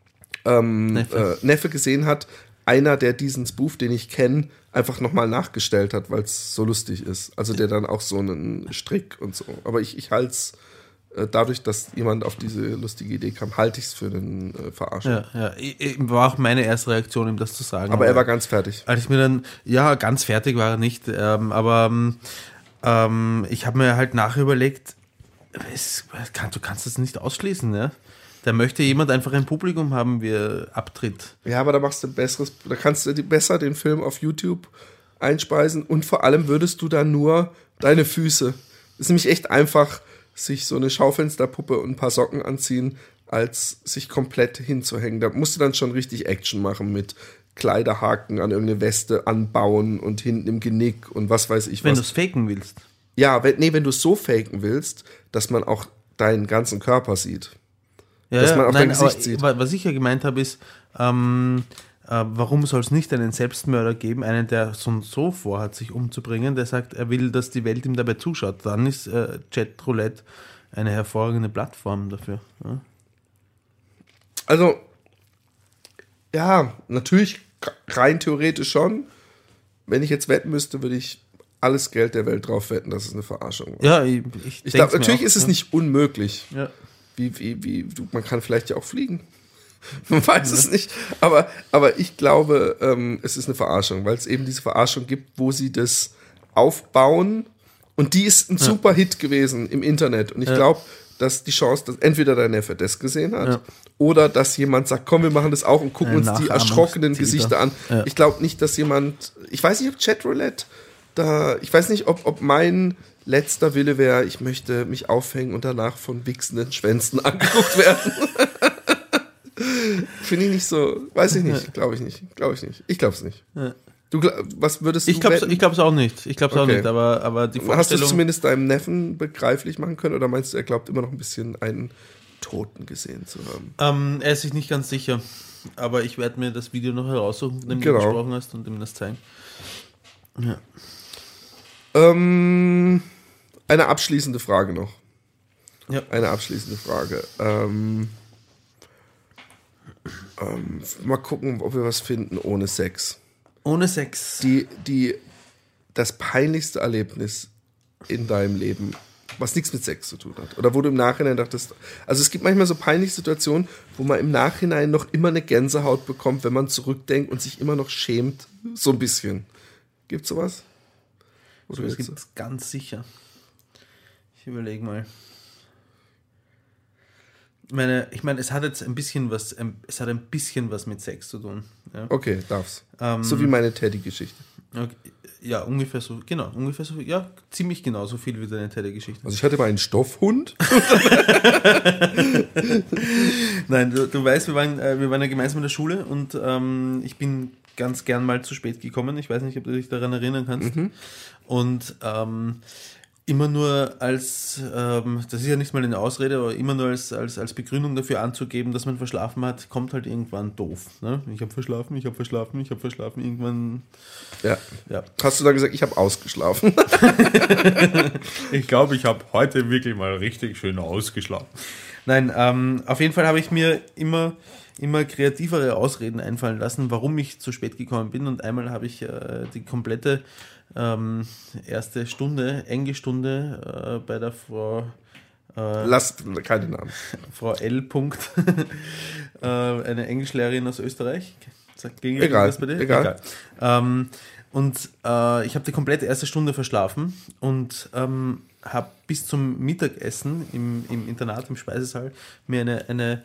Neffe gesehen hat, einer, der diesen Spoof, den ich kenne, einfach nochmal nachgestellt hat, weil es so lustig ist. Also der dann auch so einen Strick und so. Aber ich halte es, dadurch, dass jemand auf diese lustige Idee kam, halte ich es für einen Verarschung. Ja, war auch meine erste Reaktion, ihm das zu sagen. Aber er war ganz fertig. Als ich mir dann, ganz fertig war er nicht, aber ich habe mir halt nachher überlegt, du kannst das nicht ausschließen, ne? Da möchte jemand einfach ein Publikum haben, wie er abtritt. Ja, aber da machst du da kannst du besser den Film auf YouTube einspeisen und vor allem würdest du da nur deine Füße. Es ist nämlich echt einfach, sich so eine Schaufensterpuppe und ein paar Socken anziehen, als sich komplett hinzuhängen. Da musst du dann schon richtig Action machen mit Kleiderhaken an irgendeine Weste anbauen und hinten im Genick und was weiß ich was. Wenn du es faken willst. Ja, wenn du es so faken willst, dass man auch deinen ganzen Körper sieht. Dass man auf dein Gesicht sieht. Was ich ja gemeint habe, ist, warum soll es nicht einen Selbstmörder geben, einen, der so vorhat, sich umzubringen, der sagt, er will, dass die Welt ihm dabei zuschaut. Dann ist Chatroulette eine hervorragende Plattform dafür. Ja? Also, ja, natürlich rein theoretisch schon. Wenn ich jetzt wetten müsste, würde ich alles Geld der Welt drauf wetten, dass es eine Verarschung war. Ja, ich glaube, natürlich ist es nicht unmöglich. Ja. Man kann vielleicht ja auch fliegen. Man weiß es nicht. Aber ich glaube, es ist eine Verarschung, weil es eben diese Verarschung gibt, wo sie das aufbauen. Und die ist ein super Hit gewesen im Internet. Und ich glaube, dass die Chance, dass entweder dein Neffe das gesehen hat oder dass jemand sagt, komm, wir machen das auch und gucken uns die erschrockenen Gesichter an. Ja. Ich glaube nicht, dass jemand, ich weiß nicht, ob Chatroulette ich weiß nicht, ob mein letzter Wille wäre, ich möchte mich aufhängen und danach von wichsenden Schwänzen angeguckt werden. Finde ich nicht so, weiß ich nicht, glaube ich nicht. Ich glaube es nicht. Ja. Was würdest du Ich glaube es auch nicht. Auch nicht, aber die Vorstellung... Hast du es zumindest deinem Neffen begreiflich machen können oder meinst du, er glaubt immer noch ein bisschen einen Toten gesehen zu haben? Er ist sich nicht ganz sicher, aber ich werde mir das Video noch heraussuchen, mit dem du gesprochen hast und ihm das zeigen. Ja. Eine abschließende Frage noch. Ja. Eine abschließende Frage. Mal gucken, ob wir was finden ohne Sex. Ohne Sex. Das peinlichste Erlebnis in deinem Leben, was nichts mit Sex zu tun hat. Oder wo du im Nachhinein dachtest, also es gibt manchmal so peinliche Situationen, wo man im Nachhinein noch immer eine Gänsehaut bekommt, wenn man zurückdenkt und sich immer noch schämt, so ein bisschen. Gibt's sowas? Das gibt es ganz sicher. Ich überlege mal. Ich meine, es hat jetzt ein bisschen was mit Sex zu tun. Ja. Okay, darf's. So wie meine Teddy-Geschichte. Okay, ja, ungefähr so, ja, ziemlich genau so viel wie deine Teddy-Geschichte. Also ich hatte mal einen Stoffhund. Nein, du weißt, wir waren ja gemeinsam in der Schule und ich bin ganz gern mal zu spät gekommen. Ich weiß nicht, ob du dich daran erinnern kannst. Mhm. Und immer nur das ist ja nicht mal eine Ausrede, aber immer nur als Begründung dafür anzugeben, dass man verschlafen hat, kommt halt irgendwann doof. Ne? Ich habe verschlafen, irgendwann... Ja. Hast du da gesagt, ich habe ausgeschlafen? Ich glaube, ich habe heute wirklich mal richtig schön ausgeschlafen. Nein, auf jeden Fall habe ich mir immer kreativere Ausreden einfallen lassen, warum ich zu spät gekommen bin. Und einmal habe ich die komplette erste Stunde, Englischstunde bei der Frau... Lasst keine Namen. Frau L. Eine Englischlehrerin aus Österreich. Egal. Das bei dir? Egal. Und ich habe die komplette erste Stunde verschlafen und habe bis zum Mittagessen im Internat, im Speisesaal, mir eine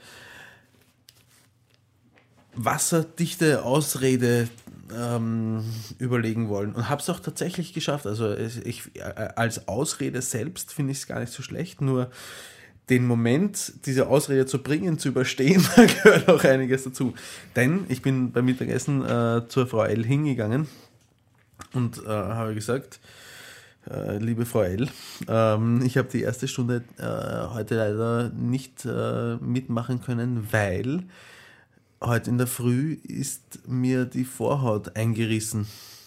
wasserdichte Ausrede überlegen wollen und habe es auch tatsächlich geschafft. Also als Ausrede selbst finde ich es gar nicht so schlecht, nur den Moment, diese Ausrede zu bringen, zu überstehen, da gehört auch einiges dazu. Denn ich bin beim Mittagessen zur Frau L. hingegangen und habe gesagt, liebe Frau L., ich habe die erste Stunde heute leider nicht mitmachen können, weil heute in der Früh ist mir die Vorhaut eingerissen.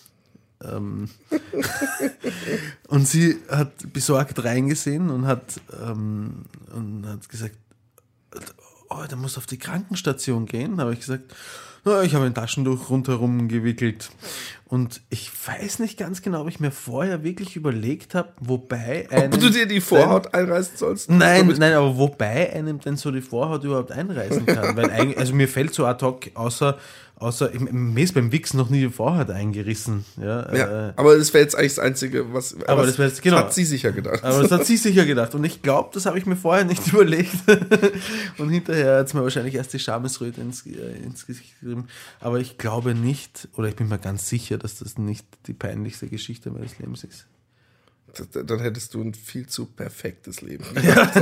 Und sie hat besorgt reingesehen und hat gesagt, oh, da musst du auf die Krankenstation gehen. Da habe ich gesagt, oh, ich habe ein Taschentuch rundherum gewickelt. Und ich weiß nicht ganz genau, ob ich mir vorher wirklich überlegt habe, ob du dir die Vorhaut einreißen sollst? Nein, aber wobei einem denn so die Vorhaut überhaupt einreißen kann. Weil also mir fällt so ad hoc, außer mir ist beim Wichsen noch nie die Vorhaut eingerissen. Ja, aber das wäre jetzt eigentlich das Einzige, was das jetzt, genau. Hat sie sicher gedacht. Aber das hat sie sicher gedacht. Und ich glaube, das habe ich mir vorher nicht überlegt. Und hinterher hat es mir wahrscheinlich erst die Schamesröte ins Gesicht gegeben. Aber ich glaube nicht, oder ich bin mir ganz sicher, dass das nicht die peinlichste Geschichte meines Lebens ist. Dann hättest du ein viel zu perfektes Leben. Ja.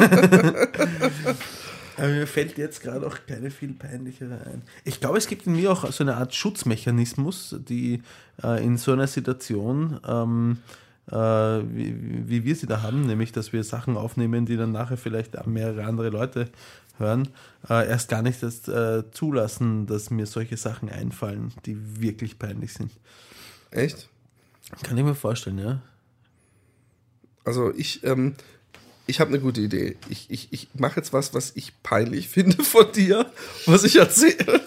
Aber mir fällt jetzt gerade auch keine viel peinlichere ein. Ich glaube, es gibt in mir auch so eine Art Schutzmechanismus, die in so einer Situation, wie wir sie da haben, nämlich, dass wir Sachen aufnehmen, die dann nachher vielleicht mehrere andere Leute hören, erst gar nicht das zulassen, dass mir solche Sachen einfallen, die wirklich peinlich sind. Echt? Kann ich mir vorstellen, ja. Also ich habe eine gute Idee. Ich mache jetzt was ich peinlich finde von dir, was ich erzähle.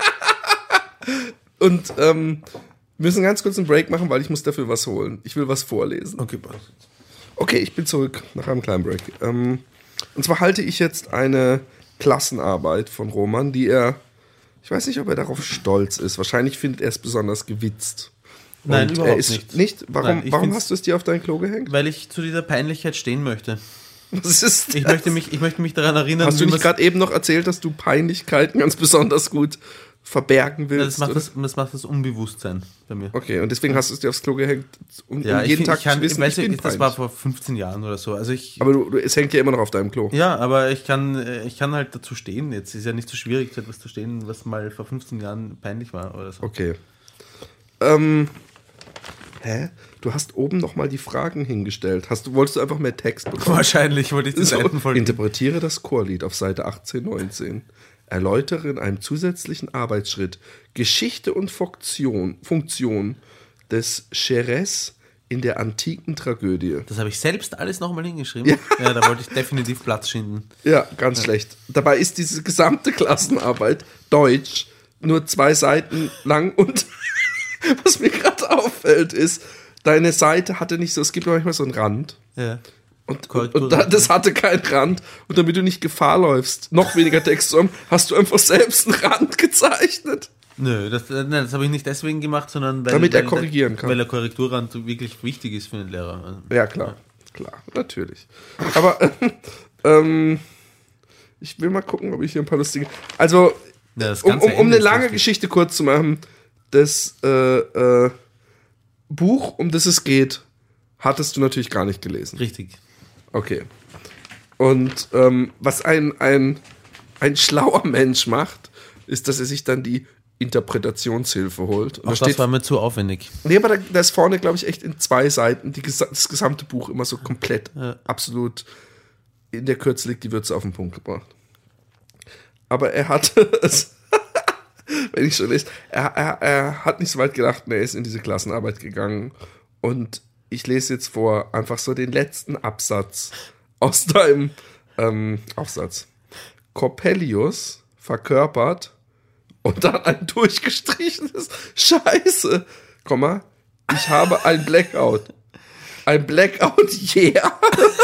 Und wir müssen ganz kurz einen Break machen, weil ich muss dafür was holen. Ich will was vorlesen. Okay, ich bin zurück nach einem kleinen Break. Und zwar halte ich jetzt eine Klassenarbeit von Roman, die ich weiß nicht, ob er darauf stolz ist. Wahrscheinlich findet er es besonders gewitzt. Nein, überhaupt nicht. Warum hast du es dir auf dein Klo gehängt? Weil ich zu dieser Peinlichkeit stehen möchte. Was ist das? Ich möchte mich daran erinnern. Hast du nicht gerade eben noch erzählt, dass du Peinlichkeiten ganz besonders gut verbergen willst. Das macht das Unbewusstsein bei mir. Okay, und deswegen hast du es dir aufs Klo gehängt, um jeden Tag zu wissen, ich bin das war vor 15 Jahren oder so. Also aber es hängt ja immer noch auf deinem Klo. Ja, aber ich kann halt dazu stehen. Jetzt ist ja nicht so schwierig, zu etwas zu stehen, was mal vor 15 Jahren peinlich war oder so. Okay. Du hast oben nochmal die Fragen hingestellt. Wolltest du einfach mehr Text bekommen? Wahrscheinlich wollte ich die Seiten voll. Interpretiere das Chorlied auf Seite 18, 19. Erläutere in einem zusätzlichen Arbeitsschritt Geschichte und Funktion des Scheres in der antiken Tragödie. Das habe ich selbst alles nochmal hingeschrieben. Ja, da wollte ich definitiv Platz schinden. Ja, ganz schlecht. Dabei ist diese gesamte Klassenarbeit Deutsch nur 2 Seiten lang und was mir gerade auffällt ist, deine Seite hatte nicht so, es gibt manchmal so einen Rand. Ja. Und das hatte keinen Rand. Und damit du nicht Gefahr läufst, noch weniger Text zu haben, hast du einfach selbst einen Rand gezeichnet. Nö, das habe ich nicht deswegen gemacht, sondern damit er korrigieren kann. Weil der Korrekturrand wirklich wichtig ist für den Lehrer. Ja, klar, natürlich. Aber ich will mal gucken, ob ich hier ein paar lustige... Also, um eine lange Geschichte kurz zu machen, das Buch, um das es geht, hattest du natürlich gar nicht gelesen. Richtig. Okay. Und was ein schlauer Mensch macht, ist, dass er sich dann die Interpretationshilfe holt. Und auch das war mir zu aufwendig. Nee, aber da ist vorne, glaube ich, echt in 2 Seiten das gesamte Buch immer so komplett, absolut in der Kürze liegt die Würze auf den Punkt gebracht. Aber er hatte es, wenn ich schon lese, er hat nicht so weit gedacht, er ist in diese Klassenarbeit gegangen und ich lese jetzt vor, einfach so den letzten Absatz aus deinem Aufsatz. Coppelius verkörpert und dann ein durchgestrichenes Scheiße, Komma, ich habe ein Blackout. Ein Blackout, yeah.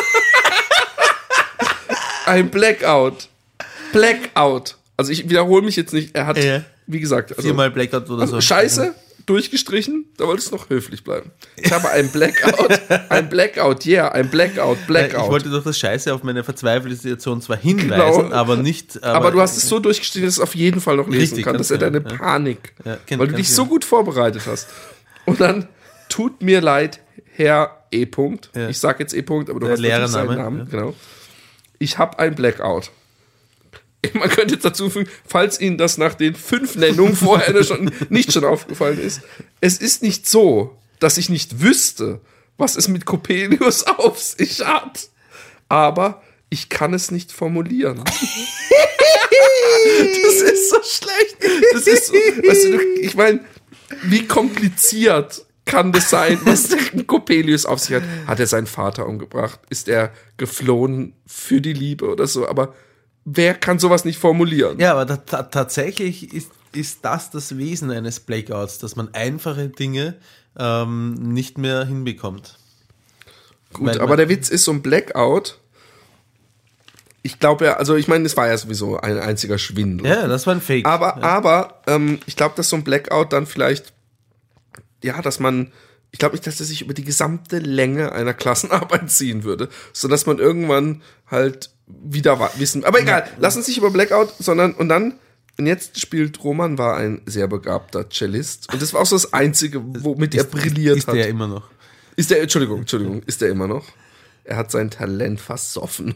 Ein Blackout. Blackout. Also ich wiederhole mich jetzt nicht, er hat, wie gesagt, also 4-mal Blackout oder so. Scheiße, durchgestrichen, da wolltest du noch höflich bleiben. Ich habe ein Blackout, yeah, ein Blackout. Ich wollte durch das Scheiße auf meine verzweifelte Situation zwar hinweisen, genau, aber nicht... Aber du hast es so durchgestrichen, dass es auf jeden Fall noch lesen kann. Das ist ja deine Panik, weil du dich so gut vorbereitet hast. Und dann, tut mir leid, Herr E. Ja. Ich sage jetzt E. Aber du hast natürlich seinen Namen. Genau. Ich habe ein Blackout. Man könnte jetzt dazu fügen, falls Ihnen das nach den 5 Nennungen vorher nicht schon aufgefallen ist. Es ist nicht so, dass ich nicht wüsste, was es mit Coppelius auf sich hat. Aber ich kann es nicht formulieren. Das ist so schlecht. Das ist so, weißt du, ich meine, wie kompliziert kann das sein, was der Coppelius auf sich hat? Hat er seinen Vater umgebracht? Ist er geflohen für die Liebe oder so? Aber wer kann sowas nicht formulieren? Ja, aber tatsächlich ist das Wesen eines Blackouts, dass man einfache Dinge nicht mehr hinbekommt. Gut, aber der Witz ist, so ein Blackout, ich glaube ja, also ich meine, es war ja sowieso ein einziger Schwindel. Ja, das war ein Fake. Aber ich glaube, dass so ein Blackout dann vielleicht, ich glaube nicht, dass er sich über die gesamte Länge einer Klassenarbeit ziehen würde, sondern dass man irgendwann halt wieder wissen. Aber egal, lass uns nicht über Blackout, und jetzt spielt Roman, war ein sehr begabter Cellist. Und das war auch so das Einzige, womit er brilliert hat. Ist der immer noch? Entschuldigung, ist der immer noch? Er hat sein Talent versoffen.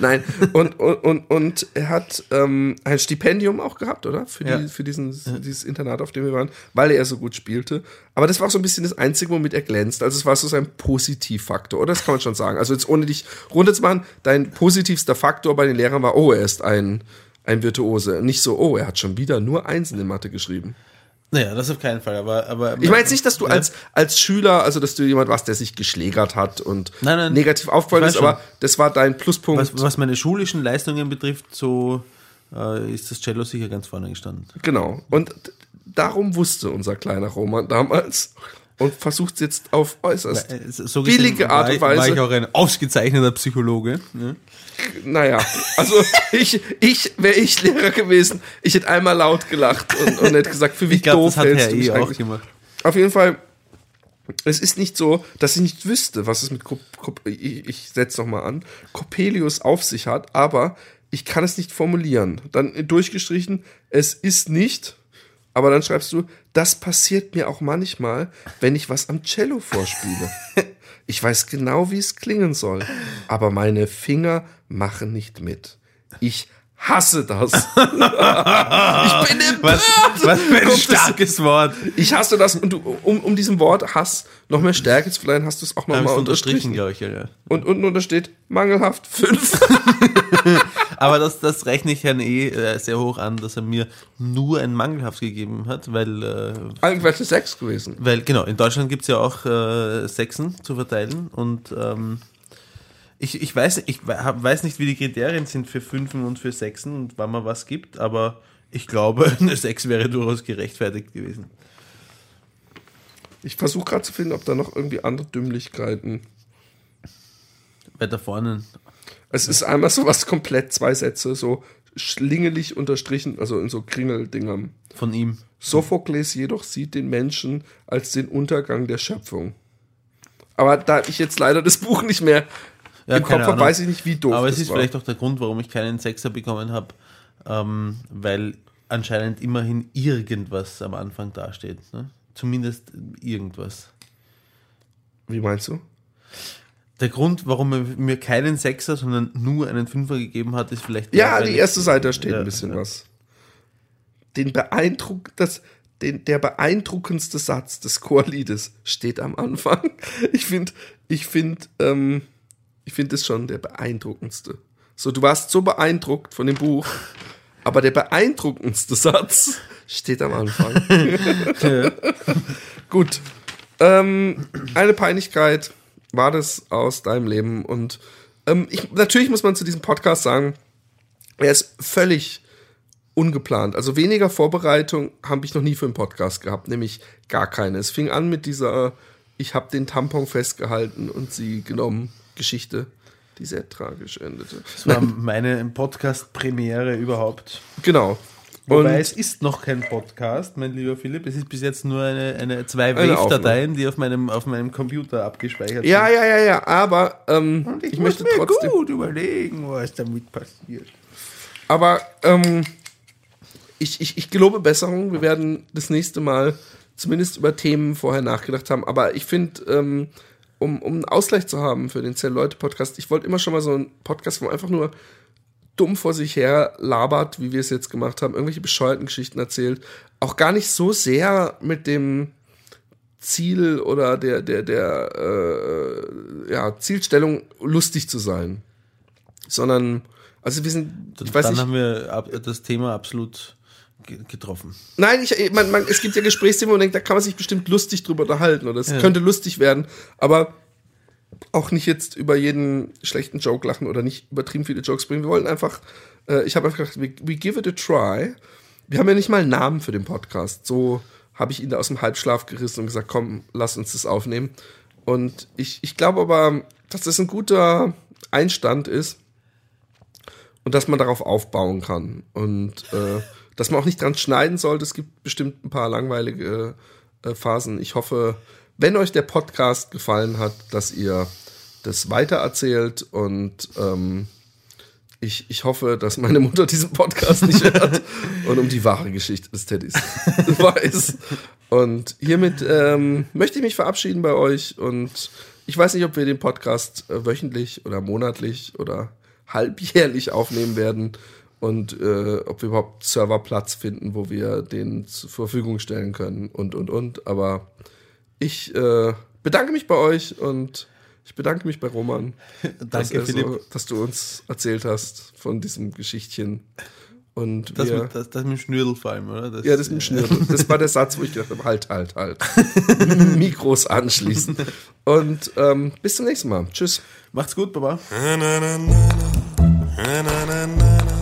Und er hat ein Stipendium auch gehabt, oder? Für dieses Internat, auf dem wir waren, weil er so gut spielte. Aber das war auch so ein bisschen das Einzige, womit er glänzt. Also es war so sein Positivfaktor, oder? Das kann man schon sagen. Also jetzt ohne dich runterzumachen, dein positivster Faktor bei den Lehrern war, er ist ein Virtuose. Nicht so, er hat schon wieder nur Einsen in Mathe geschrieben. Naja, das auf keinen Fall, aber ich meine jetzt nicht, dass du als Schüler, also dass du jemand warst, der sich geschlägert hat und negativ aufgefallen ist, aber das war dein Pluspunkt. Was meine schulischen Leistungen betrifft, so ist das Cello sicher ganz vorne gestanden. Genau, und darum wusste unser kleiner Roman damals und versucht es jetzt auf äußerst billige Art und Weise. War ich auch ein ausgezeichneter Psychologe. Ne? Naja, also wäre ich Lehrer gewesen, ich hätte einmal laut gelacht und hätte gesagt, für wie doof hältst du mich eigentlich. Gemacht. Auf jeden Fall, es ist nicht so, dass ich nicht wüsste, was es mit ich setze nochmal an, Coppelius auf sich hat, aber ich kann es nicht formulieren. Dann durchgestrichen, es ist nicht, Aber dann schreibst du, das passiert mir auch manchmal, wenn ich was am Cello vorspiele. Ich weiß genau, wie es klingen soll, aber meine Finger machen nicht mit. Ich hasse das. Ich bin empört. Was für ein starkes Wort. Ich hasse das. Und du, um diesem Wort Hass noch mehr Stärke zu verleihen, hast du es auch nochmal unterstrichen. Glaube ich, ja. Und unten untersteht mangelhaft 5. Aber das rechne ich Herrn sehr hoch an, dass er mir nur ein mangelhaft gegeben hat, weil... Eigentlich wäre es 6 gewesen. Weil, genau, in Deutschland gibt es ja auch Sechsen zu verteilen und... Ich weiß nicht, wie die Kriterien sind für Fünfen und für Sechsen und wann man was gibt, aber ich glaube, eine 6 wäre durchaus gerechtfertigt gewesen. Ich versuche gerade zu finden, ob da noch irgendwie andere Dümmlichkeiten... Weiter vorne. Es ist einmal so was komplett, 2 Sätze, so schlingelig unterstrichen, also in so Kringeldingern. Von ihm. Sophokles jedoch sieht den Menschen als den Untergang der Schöpfung. Aber da ich jetzt leider das Buch nicht mehr... im Kopf habe, weiß ich nicht, wie doof das war. Aber es ist vielleicht auch der Grund, warum ich keinen Sechser bekommen habe, weil anscheinend immerhin irgendwas am Anfang dasteht. Ne? Zumindest irgendwas. Wie meinst du? Der Grund, warum er mir keinen Sechser, sondern nur einen Fünfer gegeben hat, ist vielleicht... Ja, die erste Seite steht ein bisschen was. Der beeindruckendste Satz des Chorliedes steht am Anfang. Ich finde es schon der beeindruckendste. So, du warst so beeindruckt von dem Buch, aber der beeindruckendste Satz steht am Anfang. Gut. Eine Peinlichkeit war das aus deinem Leben und natürlich muss man zu diesem Podcast sagen, er ist völlig ungeplant. Also weniger Vorbereitung habe ich noch nie für einen Podcast gehabt, nämlich gar keine. Es fing an mit dieser, ich habe den Tampon festgehalten und sie genommen Geschichte, die sehr tragisch endete. Das war meine Podcast-Premiere überhaupt. Genau. Wobei es ist noch kein Podcast, mein lieber Philipp. Es ist bis jetzt nur eine 2 Wave-Dateien, die auf meinem Computer abgespeichert sind. Ja. Aber ich möchte trotzdem gut überlegen, was damit passiert. Aber ich gelobe Besserung. Wir werden das nächste Mal zumindest über Themen vorher nachgedacht haben. Aber ich finde, um einen Ausgleich zu haben für den Zell-Leute-Podcast, ich wollte immer schon mal so einen Podcast, wo man einfach nur dumm vor sich her labert, wie wir es jetzt gemacht haben, irgendwelche bescheuerten Geschichten erzählt, auch gar nicht so sehr mit dem Ziel oder der Zielstellung lustig zu sein, sondern, also wir sind, haben wir das Thema absolut getroffen. Nein, es gibt ja Gesprächsthemen, wo man denkt, da kann man sich bestimmt lustig drüber unterhalten oder es könnte lustig werden, aber auch nicht jetzt über jeden schlechten Joke lachen oder nicht übertrieben viele Jokes bringen. Wir wollen einfach, ich habe einfach gedacht, we give it a try. Wir haben ja nicht mal einen Namen für den Podcast. So habe ich ihn da aus dem Halbschlaf gerissen und gesagt, komm, lass uns das aufnehmen. Und ich glaube aber, dass das ein guter Einstand ist und dass man darauf aufbauen kann. Und dass man auch nicht dran schneiden sollte. Es gibt bestimmt ein paar langweilige Phasen. Ich hoffe, wenn euch der Podcast gefallen hat, dass ihr das weitererzählt und ich hoffe, dass meine Mutter diesen Podcast nicht hört und um die wahre Geschichte des Teddys weiß. Und hiermit möchte ich mich verabschieden bei euch und ich weiß nicht, ob wir den Podcast wöchentlich oder monatlich oder halbjährlich aufnehmen werden und ob wir überhaupt Serverplatz finden, wo wir den zur Verfügung stellen können und. Aber ich bedanke mich bei euch und ich bedanke mich bei Roman. Danke, Philipp. Dass du uns erzählt hast von diesem Geschichtchen. Und das mit dem Schnürl vor allem, oder? Das mit dem Schnürl. Das war der Satz, wo ich gedacht habe, halt. Mikros anschließen. Und bis zum nächsten Mal. Tschüss. Macht's gut, Baba.